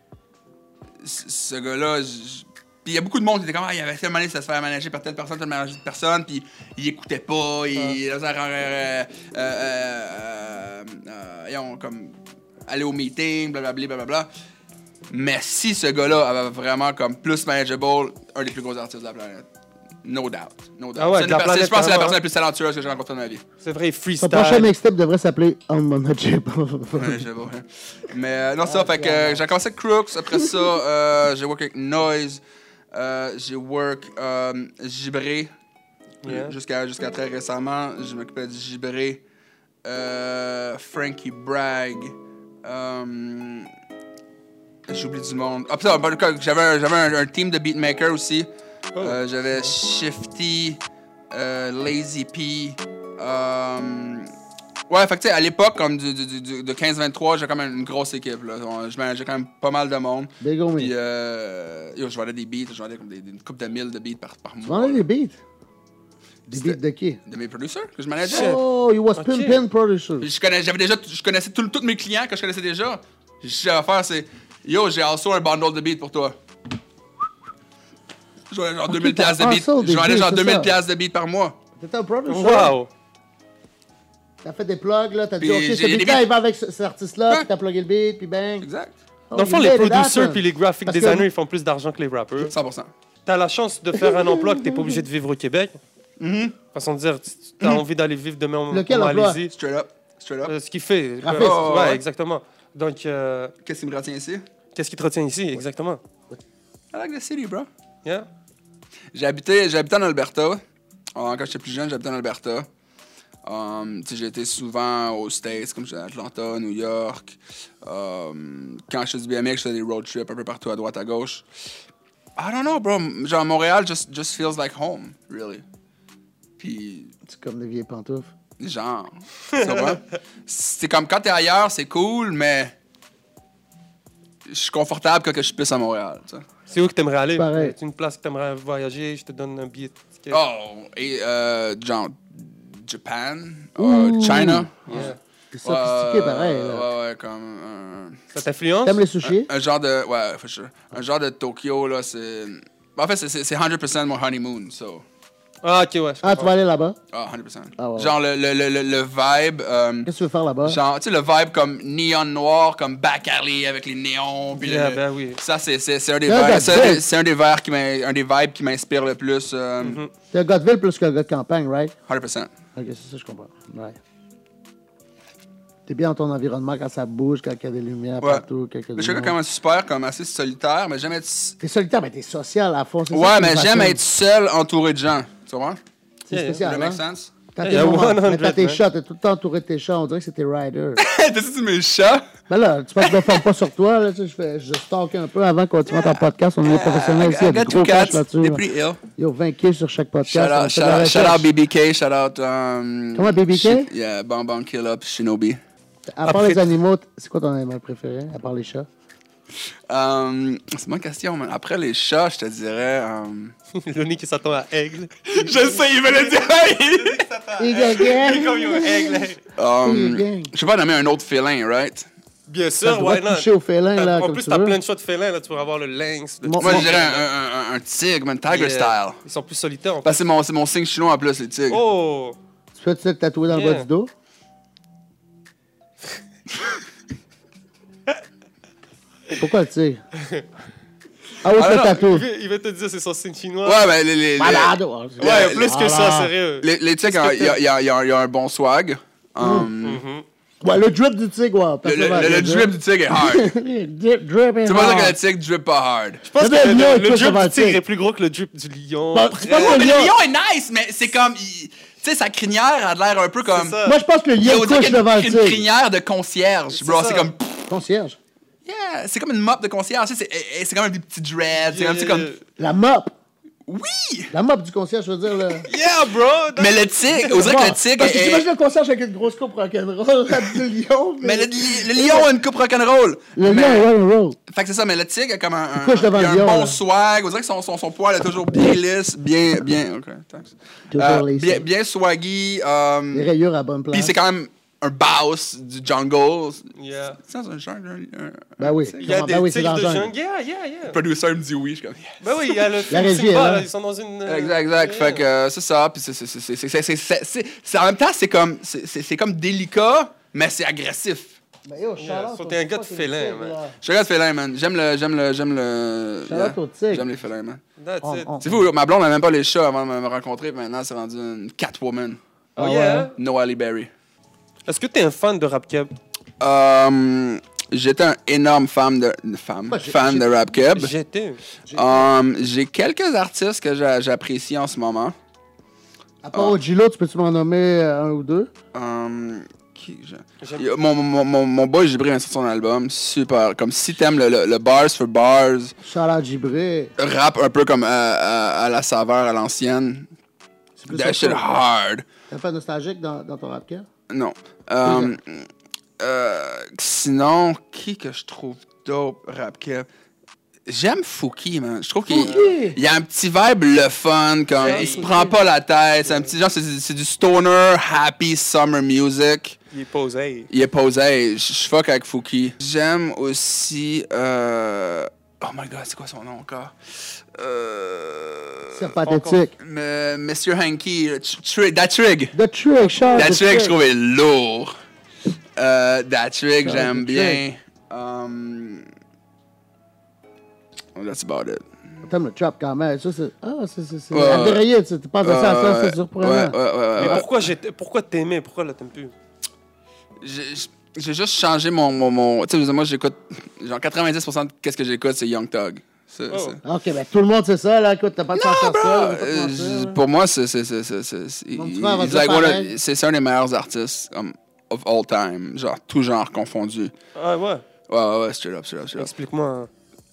ce gars-là, je, il y a beaucoup de monde qui était comme, ah, il avait fait manier ça se faire manager par telle personne, telle manager personne, puis il écoutait pas, il euh, euh, euh, euh, comme aller au meeting, blablabla, blablabla. Mais si ce gars-là avait vraiment comme plus manageable, un des plus gros artistes de la planète. No doubt. No doubt. Ah ouais, c'est la planète, je pense que c'est la personne la plus talentueuse que j'ai rencontrée dans ma vie. C'est vrai, freestyle. Son prochain mixtape devrait s'appeler Unmanageable. Ouais, je vois. Mais euh, non, ça, ah, fait que euh, j'ai commencé avec Crooks, après ça, euh, j'ai worké avec Noise. Euh, j'ai work euh, Gibré. Yeah. Jusqu'à jusqu'à très récemment, je m'occupais du Gibré. Euh, Frankie Bragg. Euh, J'oublie du monde. Ah, putain, j'avais un, j'avais un, un team de beatmakers aussi. Oh. Euh, j'avais Shifty, euh, Lazy P. Euh, ouais, fait que tu sais, à l'époque, comme du, du, du, de quinze vingt-trois, j'ai quand même une grosse équipe. Là. J'ai quand même pas mal de monde. Big homie. Puis, euh, yo, je vendais des beats, je vendais comme des, des, une couple de mille de beats par, par mois. Tu vendais des beats? Des C'était- beats de qui? De mes producers que je manageais. Oh, you was Ok. pimpin' producer. Puis je connais, j'avais déjà, je connaissais tout- tous mes clients que je connaissais déjà. Ce que j'avais à faire, c'est yo, j'ai also un bundle de beats pour toi. Je vendais genre Ok, deux mille t'as piastres de beats. also des Je vendais beats, genre c'est deux mille ça. piastres de beats par mois. T'étais un producer. Wow! T'as fait des plugs, là. T'as dit, Puis OK, j'ai ce des beat-là, beats. il va avec ce- cet artiste-là. Ouais. Puis t'as plugué le beat, puis bang. Exact. Oh, Dans le fond, you les made it producers happen. puis les graphic Parce que- designers, ils font plus d'argent que les rappers. cent pour cent. T'as la chance de faire un emploi que t'es pas obligé de vivre au Québec. Mhm. Façon de dire, tu as envie d'aller vivre demain en, Lequel en emploi? Malaisie. Straight up. Straight up. Euh, ce qu'il fait. Graphiste. Euh, Oh, ouais, ouais. exactement. Donc, euh, Qu'est-ce qui me retient ici? qu'est-ce qui te retient ici, exactement? I like the city, bro. Yeah? J'ai habité, j'ai habité en Alberta. Euh, quand j'étais plus jeune, j'habitais en Alberta. Um, tu sais, j'ai été souvent aux States, comme j'étais à Atlanta, New York. Um, quand je faisais du B M X, je faisais des road trips un peu partout à droite, à gauche. I don't know, bro. Genre, Montréal just, just feels like home, really. Puis, C'est comme des vieilles pantoufles. genre, tu comprends? C'est comme quand t'es ailleurs, c'est cool, mais je suis confortable quand que je suis plus à Montréal, tu sais. C'est où que t'aimerais aller? Pareil. C'est une place que t'aimerais voyager, je te donne un billet de ticket. Oh, et euh, genre, Japan, euh, Ouh. China. Yeah. C'est sophistiqué, Ouais, pareil, là. Ouais, ouais, comme un, Ça t'influence? T'aimes les sushis? un genre de, ouais, for sure. Un genre de Tokyo, là, c'est... En fait, c'est- c'est c'est cent pour cent mon honeymoon, so... Ah, ok, ouais. je Ah, tu comprends. vas aller là-bas? Ah, cent pour cent. Ah, ouais, Genre, le, le, le, le, le vibe... euh, Qu'est-ce que tu veux faire là-bas? genre, tu sais, le vibe comme néon noir, comme Bacardi avec les néons, puis Yeah, le- ben oui. Ça, c'est c'est- c'est un des Yeah, vers- that's c'est un des- it. c'est un des vers qui m'in- un des vibes qui m'inspire le plus, euh, Mm-hmm. T'es un gars de ville plus qu'un gars de campagne, right? cent pour cent. Ok, c'est ça, je comprends. Ouais. T'es bien dans ton environnement quand ça bouge, quand il y a des lumières Ouais. partout. Quand il y a Je du suis monde. quand même super, comme assez solitaire, mais j'aime être... T'es solitaire, mais t'es social à fond. c'est ça Ouais, qui mais me j'aime fascine. être seul, entouré de gens. Tu comprends? C'est Yeah, spécial, Ça hein? make sense? T'as Yeah, tes yeah, moments, one mais t'as hundred, tes man. chats, t'es tout le temps entouré de tes chats. On dirait que c'est tes riders. T'as-tu mes chats? Mais là, tu penses que je me forme pas sur toi, là, tu sais, je, fais, je stalk un peu avant qu'on continue ton podcast. On est professionnels ici, il y a I des got gros two cash cats. là-dessus. T'es là. pretty ill. Yo, vingt kills sur chaque podcast. Shout on out, fait shout de la out, shout out recherche. B B K, shout out... Um, Comment, B B K? shit, Yeah, Bang Bang Kill Up, Shinobi. À part Après- les animaux, t- c'est quoi ton animal préféré, à part les chats? Um, c'est une bonne question, man. Après les chats, je te dirais... Um... Lonnie qui s'attend à Aigle. je sais, il me l'a dit. Eagle Gang! Comme yo, Aigle. um, Gang. je sais pas nommer un autre félin, right? Bien Ça sûr, doit why not? toucher au félin, T'as- là, En comme plus, tu t'as veux. plein de choix de félins, là. Tu pourrais avoir le lynx. le Mon- Moi, tigre. je dirais un, un, un, un tigre, man. Tiger Yeah. style. Ils sont plus solitaires, en Parce fait. que c'est mon, c'est mon signe chinois en plus, les tigres. Oh! Tu peux te tatouer dans le Yeah. bas du dos? Pourquoi le tigre? Ah oui, Ah, c'est le non, tatou. Il veut- il veut te dire c'est son signe chinois. Ouais, ben les, les, les, Malade! Ouais, plus que ça, Ah. sérieux. les, les tigres, Qu'est-ce que il y a, il y, a, il y, a, il y a un bon swag. Um, Mhm. Ouais, le drip du tigre, ouais. le, personne le, va le, le dire. drip du tigre est hard. Le drip, drip est Tu peux pas dire que hard. le tigre drip pas hard. Je pense Le que le, lion, le, il le touche drip devant du le tigre tigre. est plus gros que le drip du lion. Bon, c'est pas Ouais, le mais lion. le lion est nice, mais c'est comme... il- Tu sais, sa crinière a l'air un peu comme... ça. Moi, je pense que le Il y a lion on dirait couche qu'il y a devant le une, une tigre. crinière de concierge, bro. ça. C'est comme... Concierge. Yeah, c'est comme une mop de concierge. Tu sais, c'est c'est comme des petits dreads. C'est comme... c'est comme... La mop. Oui! La mop du concierge, je veux dire, là. Yeah, bro! Mais le tigre, on dirait que le tigre Parce que est... j'imagine le concierge avec une grosse coupe rock'n'roll, là, du lion. Mais le, le lion a une coupe rock'n'roll. Le Mais- lion est rock'n'roll. Fait que c'est ça, mais le tigre a comme un, un, couche devant il a le un lion, bon là. swag. On dirait que son, son, son poil est toujours bien lisse, bien, bien, ok, thanks. Toujours Euh, lisse. bien, bien swaggy. euh, Les rayures à bonne place. Puis c'est quand même un boss du jungle. Yeah. C'est ça, c'est un genre, un, un, Ben oui. Il y a Comment- des ben oui, c'est tigres dans de le jungle. jungle. Yeah, yeah, yeah. le producer me dit oui, je suis comme... yeah. Ben oui, il y a le film régie, Simba, hein. là, ils sont dans une... euh, Exact, exact. yeah. Fait que euh, c'est ça. Puis c'est, c'est, c'est, c'est, c'est, c'est, c'est, c'est, c'est- en même temps, c'est comme, c'est, c'est, c'est comme délicat, mais c'est agressif. Ben yo, Yeah, shout-out so au t'es un gars de fucking félin, tigre, man. là. Je suis un gars de félin, man. J'aime le, j'aime le, j'aime le... Shout-out au tigre. J'aime les félins, man. That's On- it. on- C'est fou, ma blonde n'a même pas les chats avant de me me rencontrer, puis maintenant c'est rendu une Catwoman. Oh Ah yeah? ouais. No Halle Berry. Est-ce que t'es un fan de rap keb? Euh, j'étais un énorme fan de, femme, Ouais, j'ai- fan j'ai- de rap keb. J'étais. Um, j'ai quelques artistes que j'a- j'apprécie en ce moment. À part O G Lo, tu peux-tu m'en nommer euh, un ou deux? Um, qui, je- J'aime- Il y a- mon, mon, mon, mon boy Gibré a sorti son album, super. Comme si t'aimes le, le, le bars for bars, Shout out Gibré. rap un peu comme à, à, à la saveur à l'ancienne. C'est plus That shit autre chose. hard. T'es un peu nostalgique dans, dans ton rap cœur? Non. Um, euh, sinon, qui que je trouve dope rap keb? J'aime Fouki, man. Je trouve qu'il Fouki! il y a un petit vibe le fun, comme Ouais, il se Fouki. prend pas la tête. C'est un petit genre, c'est, c'est du stoner, happy summer music. Il est posé. Il est posé. Je je fuck avec Fouki. J'aime aussi. Euh... Oh my god, c'est quoi son nom encore? Euh... C'est pathétique. M- Monsieur Hanky. Tr- Tr- Dat Trig. The Trick, Charles. Dat The Trig, je trouve est lourd. Euh, Dat Trig, Charles, j'aime The bien. Um... That's about it. T'aimes le trap quand même. Ça, c'est. Ah, c'est. C'est. C'est. Ouais, À ouais. dérailler, tu tu penses à ça, ça, Ouais, c'est surprenant. Ouais, ouais, ouais, Mais ouais. pourquoi, j'étais- pourquoi t'aimais? Pourquoi là t'aimes plus? J'ai j'ai juste changé mon. mon, mon tu sais, moi, j'écoute. Genre quatre-vingt-dix pour cent de qu'est-ce que j'écoute, c'est Young Thug. C'est- Oh. c'est- Ok, ben tout le monde sait ça, là. Écoute, t'as pas de chance à ça. Euh, on va pas te mentir, j- là. pour moi, c'est c'est- c'est- c'est- c'est- c'est- Mon il- petit frère va he's dire like one of- pareil. c'est c'est un des meilleurs artistes um, of all time. Genre, tout genre confondu. Ah ouais. Ouais, ouais, ouais, straight up, straight up, straight up. Explique-moi.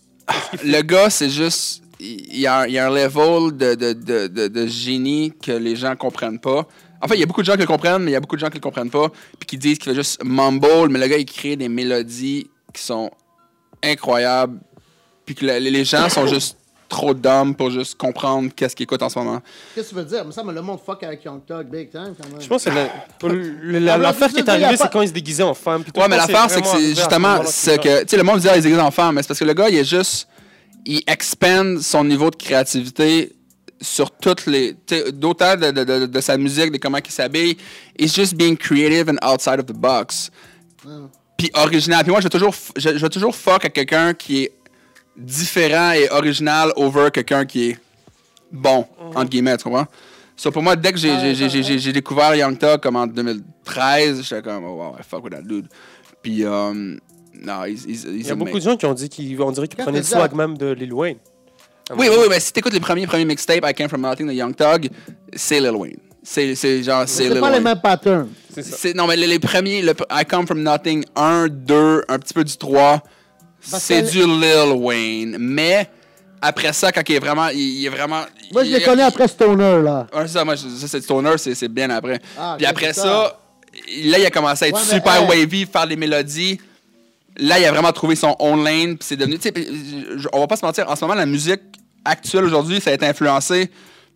Le gars, c'est juste. Il y, a, un- il y a un level de, de, de, de, de génie que les gens comprennent pas. En fait, il y a beaucoup de gens qui le comprennent, mais il y a beaucoup de gens qui le comprennent pas. Puis qui disent qu'il fait juste mumble, mais le gars, il crée des mélodies qui sont incroyables. Puis que le- les gens sont juste trop dumb pour juste comprendre qu'est-ce qu'ils écoutent en ce moment. Qu'est-ce que tu veux dire? Mais ça, mais le monde fuck avec Young Thug big time quand même. Je pense que c'est la- pour le- la- Ah, l'affaire mais qui est il y a arrivée, pas- c'est quand il se déguisait en femme. puis tout. Ouais, Je mais pense l'affaire, c'est que vraiment c'est arrivé à ce justement moment-là ce qu'il- que. Tu sais, le monde dit, ah, les enfants, mais c'est parce que le gars, il est juste. Il expand son niveau de créativité sur toutes les. Tu sais, d'autant de, de, de, de sa musique, de comment il s'habille. He's just being creative and outside of the box. Puis original. Puis moi, je vais toujours, f- je, je vais toujours fuck à quelqu'un qui est différent et original over quelqu'un qui est bon, entre guillemets, tu comprends? So, pour moi, dès que j'ai, j'ai, j'ai, j'ai, j'ai- j'ai découvert Young Thug comme en deux mille treize, j'étais comme, oh, wow, I fuck with that dude. Puis, um, non, he's, he's, he's Il y a beaucoup de gens qui ont dit qu'ils on dirait qu'ils Quand prenaient le t'as swag dit- même de Lil Wayne. Oui, oui, oui, mais si t'écoutes les premiers, premiers mixtapes, I Came From Nothing de Young Thug, c'est Lil Wayne. C'est, c'est genre, c'est C'est Lil pas les Wayne. mêmes patterns. C'est ça. C'est, non, mais les, les premiers, le, I Come From Nothing un, deux, un petit peu du trois, Parce c'est que- du Lil Wayne. Mais après ça, quand il est vraiment. Il, il est vraiment. Moi, je il- les connais il- après Stoner, là. Ouais, c'est ça, moi, je- ça, c'est Stoner, c'est, c'est bien après. Ah, Puis ok, après c'est ça, ça. là, il a commencé à être Ouais, mais, super hey. wavy, faire des mélodies. Là, il a vraiment trouvé son own lane, puis c'est devenu. Tu sais, je- on va pas se mentir, en ce moment, la musique actuelle aujourd'hui, ça a été influencé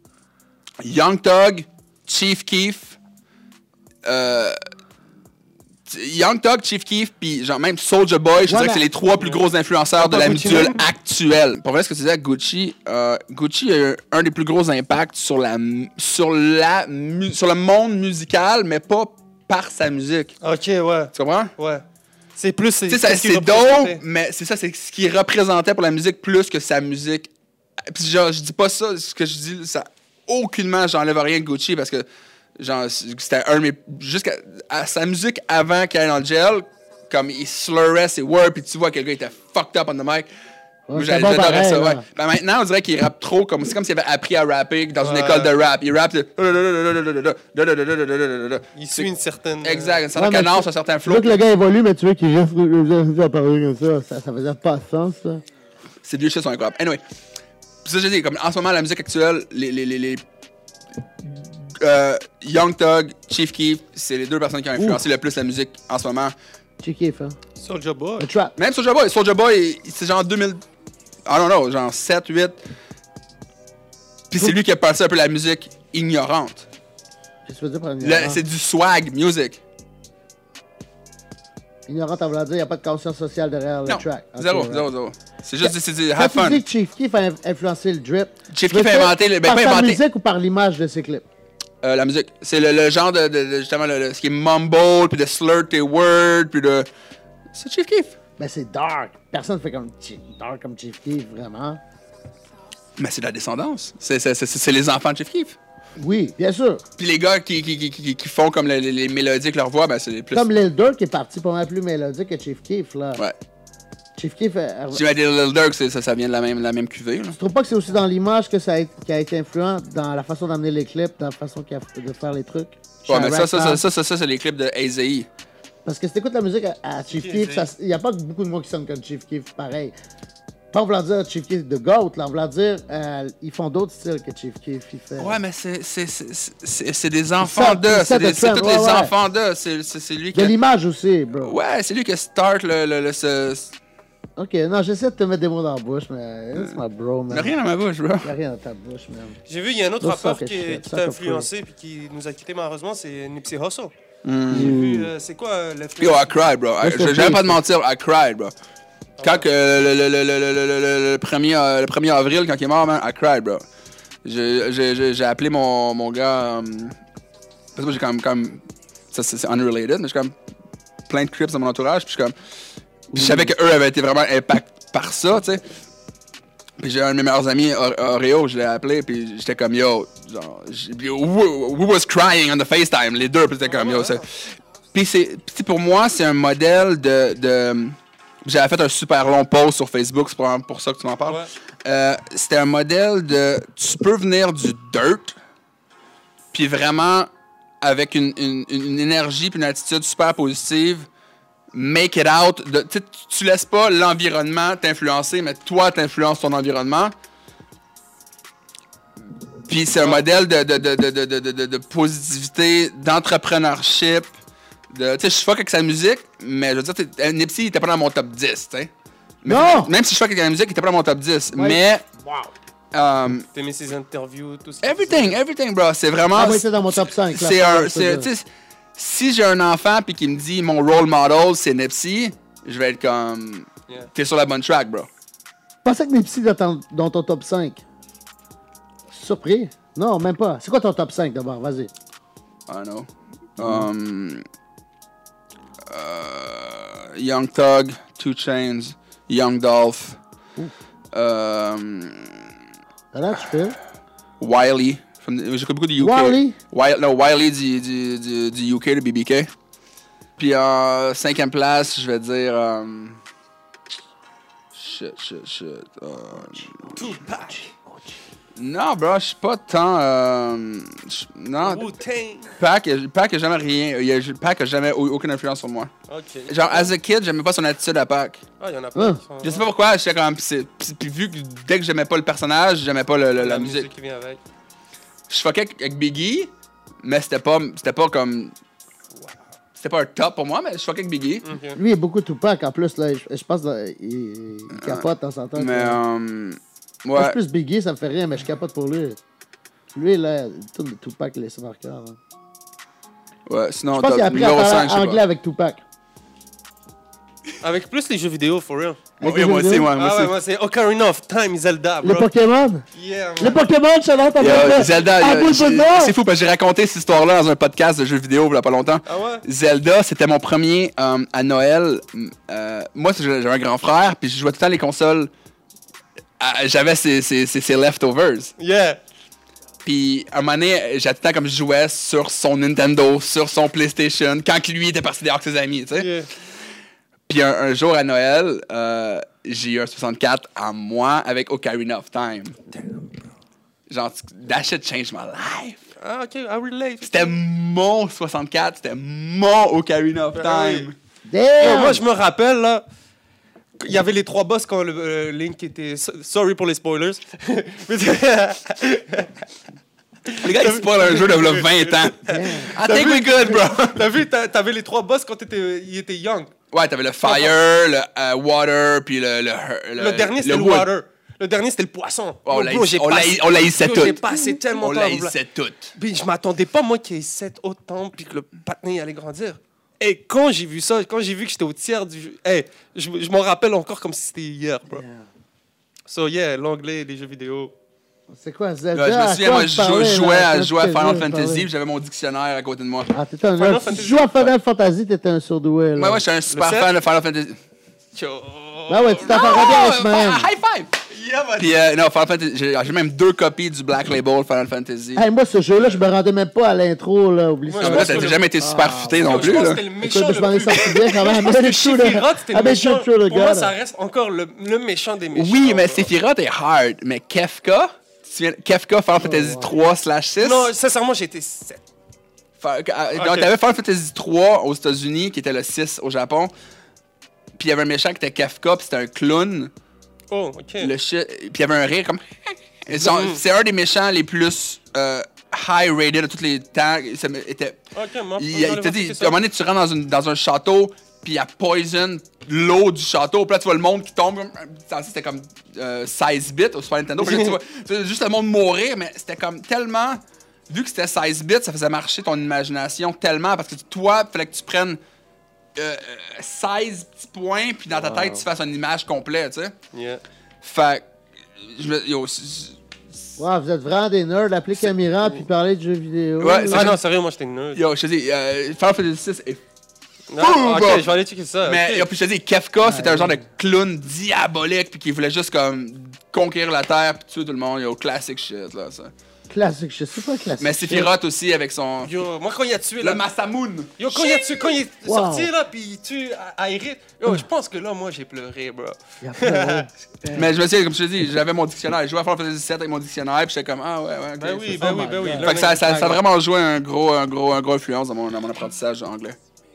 Young Thug, Chief Keef, euh, Young Thug, Chief Keef, puis genre même Soulja Boy, je Ouais, dirais que mais- c'est les trois plus gros influenceurs de Pas la Gucci musique Mane? actuelle. Pour vrai, ce que tu disais, Gucci, euh, Gucci a eu un des plus gros impacts sur la mu- sur la mu- sur le monde musical, mais pas par sa musique. Ok, ouais. Tu comprends? Ouais. C'est plus. Tu sais, ça, qu'est-ce qu'il c'est représentait. dope, mais c'est ça, c'est ce qu'il représentait pour la musique plus que sa musique. Puis genre, je dis pas ça, ce que je dis, ça, aucunement, j'enlève rien de Gucci parce que, genre, c'était un de mes. Jusqu'à à sa musique avant qu'il aille dans le gel, comme il slurrait ses words, puis tu vois que le gars était fucked up on the mic. Moi, c'était bon j'adorais pareil, ça, ouais. là. Ben, maintenant, on dirait qu'il rappe trop, comme c'est comme s'il avait appris à rapper dans une Ouais. école de rap. Il rappe. Il suit une certaine. euh, Exact, une certaine Ouais, mais cadence, tu- un certain Tu flow. veux que le gars évolue, mais tu veux qu'il reste reste à parler comme ça. Ça, ça faisait pas de sens, ça. Ces deux shit sont incroyables. Anyway. Puis ça, j'ai dit, comme en ce moment, la musique actuelle, les. les, les, les euh, Young Thug, Chief Keef, c'est les deux personnes qui ont influencé le plus la musique en ce moment. Tu kiffes, hein. Soulja Boy. Le trap. Même Soulja Boy. Soulja Boy, c'est genre deux mille. I don't know, genre sept, huit. Puis c'est lui qui a passé un peu la musique ignorante. Qu'est-ce que tu veux dire par Le- ignorant? C'est du swag music. Ignorant, ça veut dire qu'il n'y a pas de conscience sociale derrière le Non, track. Ok, zéro, ouais. zéro, zéro. C'est juste, c'est du Quand have tu fun. dis que Chief Keef a influencé le drip, Chief tu veux Keef a dire inventé le- ben, par pas sa inventé. musique ou par l'image de ses clips? Euh, la musique. C'est le, le genre de, de- de- justement, le, le- ce qui est mumble, puis de slur tes words, puis de... C'est Chief Keef. Ben, c'est dark. Personne fait comme Chief- dark comme Chief Keef, vraiment. Mais c'est de la descendance. C'est, c'est, c'est, c'est les enfants de Chief Keef. Oui, bien sûr. Puis les gars qui, qui, qui, qui, qui font comme les, les, les mélodies avec leur voix, ben c'est les plus... Comme Lil Durk qui est parti pour mal plus mélodique que Chief Keef, là. Ouais. Chief Keef... Euh, Tu m'as dit Lil Durk, ça, ça vient de la même, la même cuvée, là. tu trouves pas que c'est aussi dans l'image que ça a, qui a été influent dans la façon d'amener les clips, dans la façon qu'il a de faire les trucs? Ouais, mais ça, ça, ça, ça, ça, ça, c'est les clips de A Z E. Parce que si t'écoutes la musique à, à Chief Keef, il n'y a pas beaucoup de monde qui sonne comme Chief Keef, pareil. Pas en voulant dire Chief Keef de GOAT, là, en voulant dire, euh, ils font d'autres styles que Chief Keef, il fait. Ouais, mais c'est, c'est, c'est, c'est, c'est des enfants d'eux, c'est, des, c'est tous ouais, les ouais. enfants d'eux, c'est, c'est, c'est lui qui... Il y a l'image aussi, bro. Ouais, c'est lui qui start le... le, le ce... Ok, non, j'essaie de te mettre des mots dans la bouche, mais c'est ma bro, man. Y'a rien dans ma bouche, bro. Y'a rien dans ta bouche, man. J'ai vu, il y a un autre no rappeur qui, qui t'a influencé et qui nous a quitté malheureusement, c'est Nipsey Hussle. Mm. J'ai vu, euh, c'est quoi euh, l'influence? Yo, I cried, bro. I, je vais pas te mentir, I cried, bro. Quand oh. euh, le, le, le, le, le, le, le, premier, euh, le premier avril, quand il est mort, man, I cried, bro. J'ai, j'ai, j'ai appelé mon, mon gars... Um, parce que j'ai quand même... Quand même ça, c'est, c'est unrelated, mais j'ai quand même plein de Crips dans mon entourage, puis je suis comme... Puis je savais qu'eux avaient été vraiment impactés par ça, tu sais. Puis j'ai un de mes meilleurs amis, Oreo, je l'ai appelé, puis j'étais comme, yo, genre, who, who was crying on the FaceTime, les deux, puis j'étais comme, yo, c'est... Puis c'est, puis pour moi, c'est un modèle de... de... J'avais fait un super long post sur Facebook, c'est probablement pour ça que tu m'en parles. Ouais. Euh, c'était un modèle de... Tu peux venir du dirt, puis vraiment, avec une, une, une énergie puis une attitude super positive, make it out. De, tu laisses pas l'environnement t'influencer, mais toi, t'influences ton environnement. Puis c'est un modèle de, de, de, de, de, de, de positivité, d'entrepreneurship. Tu sais, je fuck avec sa musique, mais je veux dire, Nipsey, il était pas dans mon top dix, tu sais. Non! Même si je fuck avec la musique, il était pas dans mon top dix. Ouais. Mais... Wow! Um, T'aimais ses interviews, tout ça? Everything, everything, bro. C'est vraiment... Ah, moi, c'est dans mon top cinq. C'est un... C'est, si j'ai un enfant pis qu'il me dit mon role model c'est Nipsey, je vais être comme yeah. T'es sur la bonne track, bro. Je pensais que Nipsey dans ton, dans ton top cinq. Surpris? Non, même pas. C'est quoi ton top cinq d'abord? Vas-y. I know. Um, uh, Young Thug, two Chainz, Young Dolph. Um, là, tu fais? Wiley. J'écoute beaucoup du U K. Wiley? Wiley non, Wiley du, du, du, du U K, de B B K. Puis en cinquième place, je vais dire... Um, shit, shit, shit. Um, Tupac. Non, bro, je suis pas tant... Euh, non. Pac, Pac a jamais rien... Il a, Pac a jamais aucune influence sur moi. Okay. Genre, as a kid, j'aimais pas son attitude à Pac. Ah, il y en a pas. Hein? Je sais pas pourquoi, j'étais comme... Puis vu que dès que j'aimais pas le personnage, j'aimais pas le, le, la, la musique. musique qui vient avec. Je fuckais avec Biggie, mais c'était pas, c'était pas comme... C'était pas un top pour moi, mais je fuckais avec Biggie. Okay. Lui, il est beaucoup Tupac en plus, là. Je, je pense qu'il il capote en s'entendant. Mais, um, ouais. Moi, plus Biggie, ça me fait rien, mais je capote pour lui. Lui, là, tout le Tupac, il est sur marqueur. Ouais, sinon, je pense qu'il a appris à parler anglais avec Tupac. Avec plus les jeux vidéo, for real. Oh, oui, moi aussi, moi, moi ah aussi. Ouais, moi, c'est Ocarina of Time, Zelda, bro. Le Pokémon? Yeah, man. Le Pokémon, je l'entends pas. Zelda, c'est fou, parce que j'ai raconté cette histoire-là dans un podcast de jeux vidéo il y a pas longtemps. Ah ouais? Zelda, c'était mon premier um, à Noël. Euh, moi, j'avais un grand frère, puis je jouais tout le temps les consoles. Euh, j'avais ces, ces, ces, ces leftovers. Yeah. Puis, à un moment donné, j'ai tout le temps comme je jouais sur son Nintendo, sur son PlayStation, quand lui était parti dehors avec ses amis, tu sais. Yeah. Puis un, un jour à Noël, euh, j'ai eu un soixante-quatre à moi avec Ocarina of Time. Genre, that shit changed my life. Ah, ok, I relate. C'était mon soixante-quatre, c'était mon Ocarina of Time. Damn. Moi, je me rappelle, là, il y avait les trois boss quand le euh, Link était... Sorry pour les spoilers. Les gars, ils spoilent un jeu de vingt ans. I think we good, bro. T'as vu, t'avais les trois boss quand t'étais, il était young. Ouais, t'avais le fire, le uh, water, puis le, le, le... Le dernier, c'était le, le water. Le dernier, c'était le poisson. Oh, on l'haïssait tout. J'ai passé tellement de temps. On l'haïssait tout. Puis je m'attendais pas, moi, qu'il y ait sept autant, puis que le patiné allait grandir. Et quand j'ai vu ça, quand j'ai vu que j'étais au tiers du jeu, hey, je, je m'en rappelle encore comme si c'était hier, bro. Yeah. So, yeah, l'anglais, les jeux vidéo. C'est quoi, Zelda? Ouais, je me souviens, moi, je parlais, jouais, à, jouais à Final Fantasy, puis j'avais mon dictionnaire à côté de moi. Ah, t'étais un Final Tu jouais à Final Fantasy, t'étais un surdoué, là. Ouais, ouais, j'étais un super fan de Final Fantasy. Yo. Ah ouais, tu t'en parlais bien, Iceman. High five! Yeah, man. Puis, euh, non, Final Fantasy, j'ai j'ai même deux copies du Black Label Final Fantasy. Hey, moi, ce jeu-là, je me rendais même pas à l'intro, là. Oublie Moi, ça. Ah, mais là, t'as jamais été super futé non Je plus, pense là. que c'était le méchant Écoute, je m'en ai le plus... sorti bien quand même. Parce que Mais Sephiroth, c'était Ah, le ben, méchant. je suis le Pour moi, gars. ça là. reste encore le, le méchant des méchants. Oui, mais bro. Sephiroth est hard. Mais Kefka, tu te souviens- Kefka Final Fantasy trois slash six. Non, sincèrement, j'ai été sept. Fa- euh, Ok. donc, t'avais Final Fantasy trois aux États-Unis, qui était le six au Japon. Puis il y avait un méchant qui était Kefka, puis c'était un clown. Oh, ok. Le shit. Puis il y avait un rire comme. Ils sont- C'est un des méchants les plus euh, high rated de tous les temps. Ça me- était. Ok, moi, Il, on il va te aller dit, voir à un moment donné, tu rentres dans, une, dans un château, puis il y a poison l'eau du château. Puis là, tu vois le monde qui tombe. comme- ça, C'était comme euh, seize bits au Super Nintendo. Puis là, tu vois tu vois juste le monde mourir, mais c'était comme tellement. Vu que c'était seize bits, ça faisait marcher ton imagination tellement. Parce que toi, il fallait que tu prennes euh, seize petits points, puis dans ta tête, tu fasses une image complète, tu sais. Yeah. Fait que, je me- yo, c'est- Wow, vous êtes vraiment des nerds. Appelez Camiran puis parler de jeux vidéo. Ouais, là. Ah non, sérieux, moi, j'étais une nerd. yo, je te dis, euh, Final Fantasy six est Non, Fou, ok, bro. je vais aller checker ça. Mais ok. yo, puis je te dis, Kefka, c'était un genre de clown diabolique, puis qui voulait juste comme conquérir la terre, puis tuer tout le monde. Yo, classic shit, là, ça. Classique, je sais pas classique. Mais Sephiroth aussi avec son. Yo, moi, quand il a tué... Le là, Masamoon. Yo, quand il, a tué, quand il est Wow. sorti, là, puis il tue Aerith, yo, je pense que là, moi, j'ai pleuré, bro. Il y a plein, ouais. Mais je me souviens, comme je te dis, j'avais mon dictionnaire. Je jouais à Final Fantasy sept avec mon dictionnaire, puis j'étais comme, ah ouais, ouais, ok. Ben oui, c'est ben ça. oui, ben oui. God. Là, Fait que ça, ça, ça a mais- vraiment joué un gros, un gros, un gros influence dans mon, dans mon apprentissage anglais.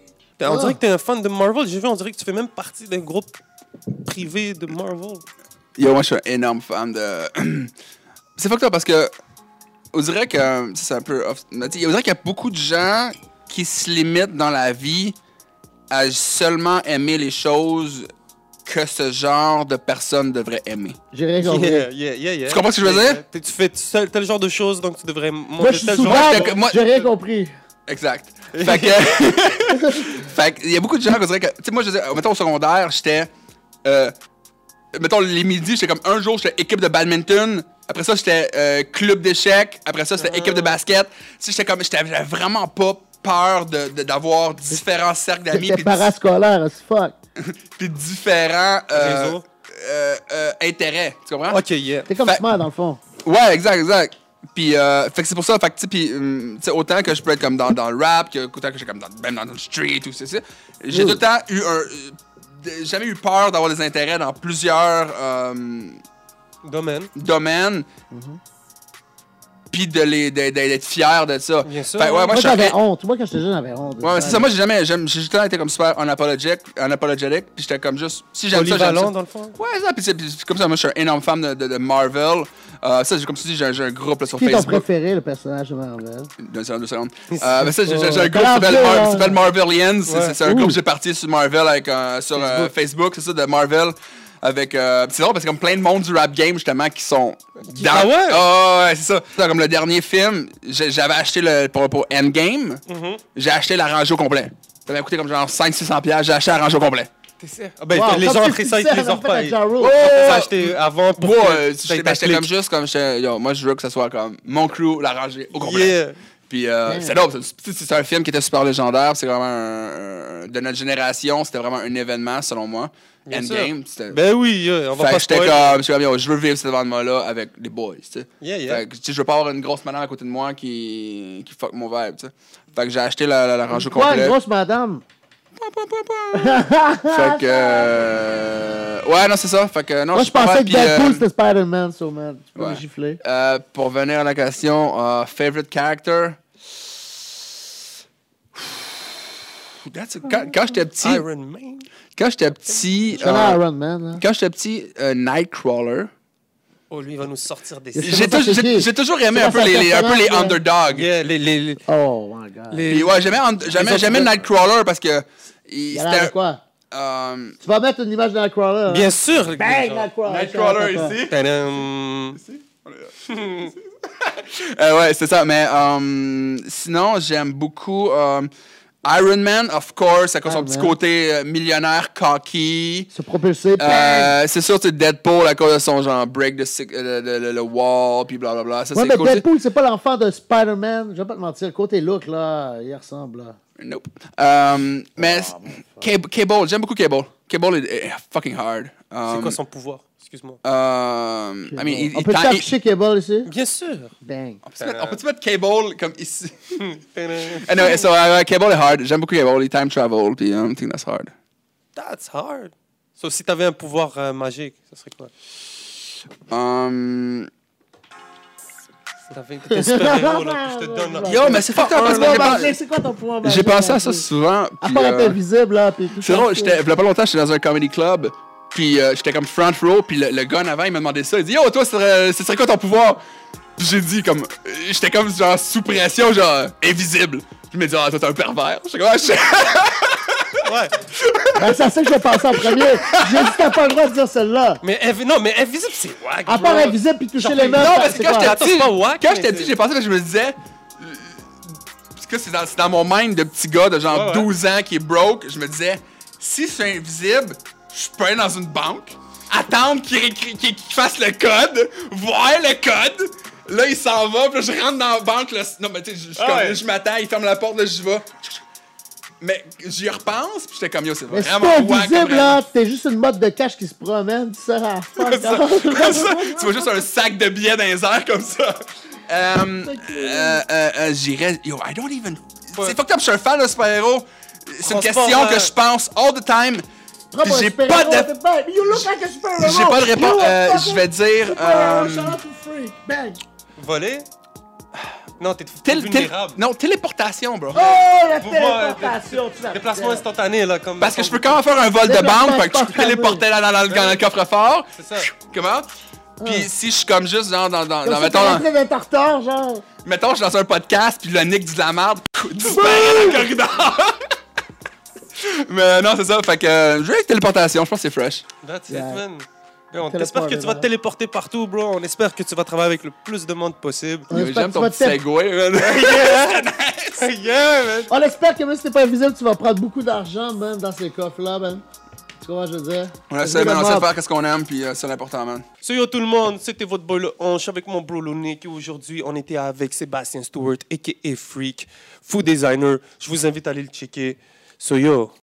On dirait que t'es un fan de Marvel. J'ai vu, on dirait que tu fais même partie d'un groupe privé de Marvel. Yo, moi, je suis un énorme fan de. C'est fucked up parce que. On dirait que. ça, C'est un peu. off- mais tu sais, on dirait qu'il y a beaucoup de gens qui se limitent dans la vie à seulement aimer les choses que ce genre de personne devrait aimer. J'ai rien compris. Yeah, yeah, yeah, yeah. Tu comprends ce que je veux Yeah, dire? yeah. Tu fais tel, tel genre de choses, donc tu devrais Moi, montrer je suis tel souvent. genre. j'étais- moi- J'ai rien compris. Exact. Fait que. fait que, il y a beaucoup de gens qui diraient que. Tu sais, moi, je disais, mettons au secondaire, j'étais. Euh, mettons les midis, j'étais comme un jour, j'étais équipe de badminton. Après ça, j'étais euh, club d'échecs. Après ça, c'était équipe de basket. Tu sais, j'étais comme. J'étais j'avais vraiment pas peur de- de- d'avoir différents cercles d'amis. C'était puis parascolaire as fuck. puis différents euh, Réseaux. euh, euh, intérêts. Tu comprends? Ok, yeah. T'es comme Fait- smart dans le fond. Ouais, exact, exact. Puis, euh, fait que c'est pour ça, fait que, tu sais, puis, hum, tu sais, autant que je peux être comme dans, dans le rap, que, autant que je suis comme dans, même dans le street, ou c'est ça, j'ai Mm. tout le temps eu un. euh, d- jamais eu peur d'avoir des intérêts dans plusieurs euh, Domaine. domaines, Mm-hmm. puis de les, de- de- d'être fier de ça. Bien sûr. Fait que, ouais, moi, Moi, je suis j'avais un- honte. Moi, quand j'étais jeune, j'avais honte. de Ouais, ça. c'est ça, moi, j'ai jamais. j'aime- J'ai tout le temps été comme super unapologetic, unapologetic, puis j'étais comme juste. Si j'aime ça, j'aime ça. Polyvalent, dans le fond. Ouais, ça, puis c'est puis c'est comme ça, moi, je suis un énorme fan de, de, de Marvel. Euh, ça, j'ai- comme tu dis, j'ai un, j'ai un groupe là, sur Qui est ton Facebook. préféré, le personnage de Marvel? Deux secondes, deux secondes. Euh, mais ça, j'ai j'ai- j'ai un Oh, groupe qui s'appelle t'as Mar- lancé, qui s'appelle Marvelians. C'est- Ouais. C'est un Ouh. groupe que j'ai parti sur Marvel avec, euh, sur euh, Facebook, c'est ça, de Marvel. Avec, euh, c'est drôle parce que comme plein de monde du rap game, justement, qui sont dans... Ah ouais? Ah ouais, c'est ça. C'est Comme le dernier film, j'ai- j'avais acheté le, pour, pour Endgame, Mhm. j'ai acheté la rangée au complet. Ça m'a coûté comme genre cinq cents à six cents piastres, j'ai acheté la rangée au complet. T'es sûr? Ah ben, Wow, les comme gens tu après dis ça, ils ça, te les on offrent fait pas. avec Ils Ja Rule. ont Oh! acheté avant pour Moi, que euh, ça j'étais ait ben, ta j'étais clique. comme juste comme j'étais- yo, moi je veux que ça soit comme mon crew, la rangée au complet. Yeah. Puis euh, Yeah. c'est dope, c'est- c'est c'est un film qui était super légendaire, c'est vraiment un, un- de notre génération, c'était vraiment un événement selon moi. Bien Endgame, c'était Ben oui, yeah, on va fait pas que j'étais spoil. comme, j'étais comme, yo, je veux vivre cet événement-là avec les boys, tu sais. Yeah, yeah. Fait que, tu sais, je veux pas avoir une grosse madame à côté de moi qui, qui fuck mon vibe, tu sais. Fait que j'ai acheté la, la, la rangée au Quoi, une complet. grosse madame? Point, point, point, point. Fait que. euh, Ouais, non, c'est ça. Fait que, non, Moi, je je suis pas pensais mal, que puis, Deadpool, euh, c'était Spider-Man, so man. Tu peux ouais. me gifler. euh, pour venir à la question, euh, favorite character. That's a- Quand, quand j'étais petit, Iron Man. quand j'étais petit, Je connais euh, Iron Man, là. quand j'étais petit, euh, Nightcrawler. Oh, lui, il va nous sortir des... C'est J'ai pas tou- ça, c'est j'ai- qui? j'ai toujours aimé C'est un pas peu ça, les, les- un peu les personnage, underdogs. Yeah, les... les, les, Oh my god. les- Puis ouais, j'aimais und- j'aimais autres j'aimais gars. Nightcrawler parce que il, Il a l'air c'était de quoi? euh, Tu vas mettre une image de Nightcrawler. Bien sûr. Bang, genre. Nightcrawler. Nightcrawler Attends, ici. Tadam. Euh, ouais, c'est ça. Mais euh, sinon, j'aime beaucoup euh, Iron Man, of course, à cause de son Iron petit Man. côté euh, millionnaire, cocky. Se propulser. bang. Euh, c'est sûr, c'est Deadpool à cause de son genre break the, sick- euh, le, le- le wall, puis blablabla. Ça, Ouais, c'est mais cool. Deadpool, c'est pas l'enfant de Spider-Man. Je vais pas te mentir. Le côté look, là, il ressemble, là. Nope. Euh, mais Ah, bon, Cable, Cable, j'aime beaucoup Cable. Cable est, est fucking hard. C'est Um, quoi son pouvoir? Excuse-moi. Euh, I mean, il- On il- peut tant- il- afficher Cable ici? Bien sûr. Bang. On peut-tu mettre, on peut-tu mettre Cable comme ici? Anyway, so uh, Cable est hard. J'aime beaucoup Cable. Il time travel, puis um, I think that's hard. That's hard. So, si t'avais un pouvoir euh, magique, ça serait quoi? Um, Si t'avais un super-héros, là, que je te donne, là. Yo, mais c'est fucked up parce que Pouvoir j'ai pas- magique, c'est quoi ton pouvoir magique? j'ai pensé à en ça plus? souvent. À puis, part être euh, invisible, là, puis tout C'est ça. drôle, j'étais, il y a pas longtemps, j'étais dans un comedy club, puis euh, j'étais comme front row, puis le, le gars en avant, il m'a demandé ça. Il dit, yo, toi, ce serait, ce serait quoi ton pouvoir? Puis j'ai dit, comme, euh, j'étais comme, genre, sous pression, genre, invisible. Puis il m'a dit, ah, toi, t'es un pervers. J'étais comme, ah, je... Ouais. Ben, c'est à ça que je vais penser en premier. J'ai dit que t'as pas le droit de dire celle-là. Mais invi- non, mais invisible, c'est wack. À part bro. invisible puis toucher Genre, les mains. Non, parce que c'est quand quoi? j'étais Attends, petit, c'est pas whack, quand mais j'étais c'est- petit, j'ai pensé que je me disais, euh, parce que c'est dans, c'est dans mon mind de petit gars de genre Ouais, ouais. douze ans qui est broke, je me disais, si c'est invisible, je peux aller dans une banque, attendre qu'il, récri- qu'il- qu'il fasse le code, voir le code, là il s'en va, puis là, je rentre dans la banque, là, non mais tu sais, je- je Ah comme- ouais. je m'attends, il ferme la porte, là j'y vais. Mais j'y repense, puis j'étais comme yo, c'est Mais si vraiment t'es wack comme invisible, là, t'es juste une mode de cash qui se promène, tu sers à fuck. tu vois juste un sac de billets dans les airs comme ça. Euh, euh, euh, euh, J'irais. Yo, I don't even. Ouais. C'est fucked up, je suis un fan de super-héros. C'est une Transport, question euh, que je pense all the time. Prends mon J'ai super-héros, pas de- t'es pas- You look like a super-héros. J'ai pas de réponse. You Euh, fucking je vais dire. super-héros, euh, shout out to freak. Bang. Voler? Non, t'es tél- tél- vulnérable. non, téléportation, bro. Oh, la Mouvement, téléportation, tu l'as Déplacement fait. euh, instantané, là, comme... Parce que je peux quand même faire un vol de Déplacement banque, fait que je peux spontané. téléporter dans, dans, dans, dans le coffre-fort. C'est ça. Comment? Puis si je suis comme juste genre dans. dans, dans Comme si mettons, t'es dans- rentré d'un tartare, genre. mettons, je suis dans un podcast, puis le Nick dit de la merde, disparaît dans le corridor. Mais non, c'est ça. Fait que euh, je vais avec téléportation, je pense que c'est fresh. That's Yeah. it, man. Et on Téléport, espère que tu vas là. te téléporter partout, bro. On espère que tu vas travailler avec le plus de monde possible. On Yo, espère J'aime que tu ton vas petit te- segway, man. Yeah, man. On espère que même si t'es pas invisible, tu vas prendre beaucoup d'argent, même, dans ces coffres-là, man. Tu comprends ce que je veux dire? On C'est essaie, man, on vraiment- sait faire qu'est-ce qu'on aime, puis euh, c'est l'important, man. So yo tout le monde, c'était votre boy le Hanche avec mon bro Lonick. Et aujourd'hui, on était avec Sébastien Stewart, a k a. Freak, food designer. Je vous invite à aller le checker. So yo,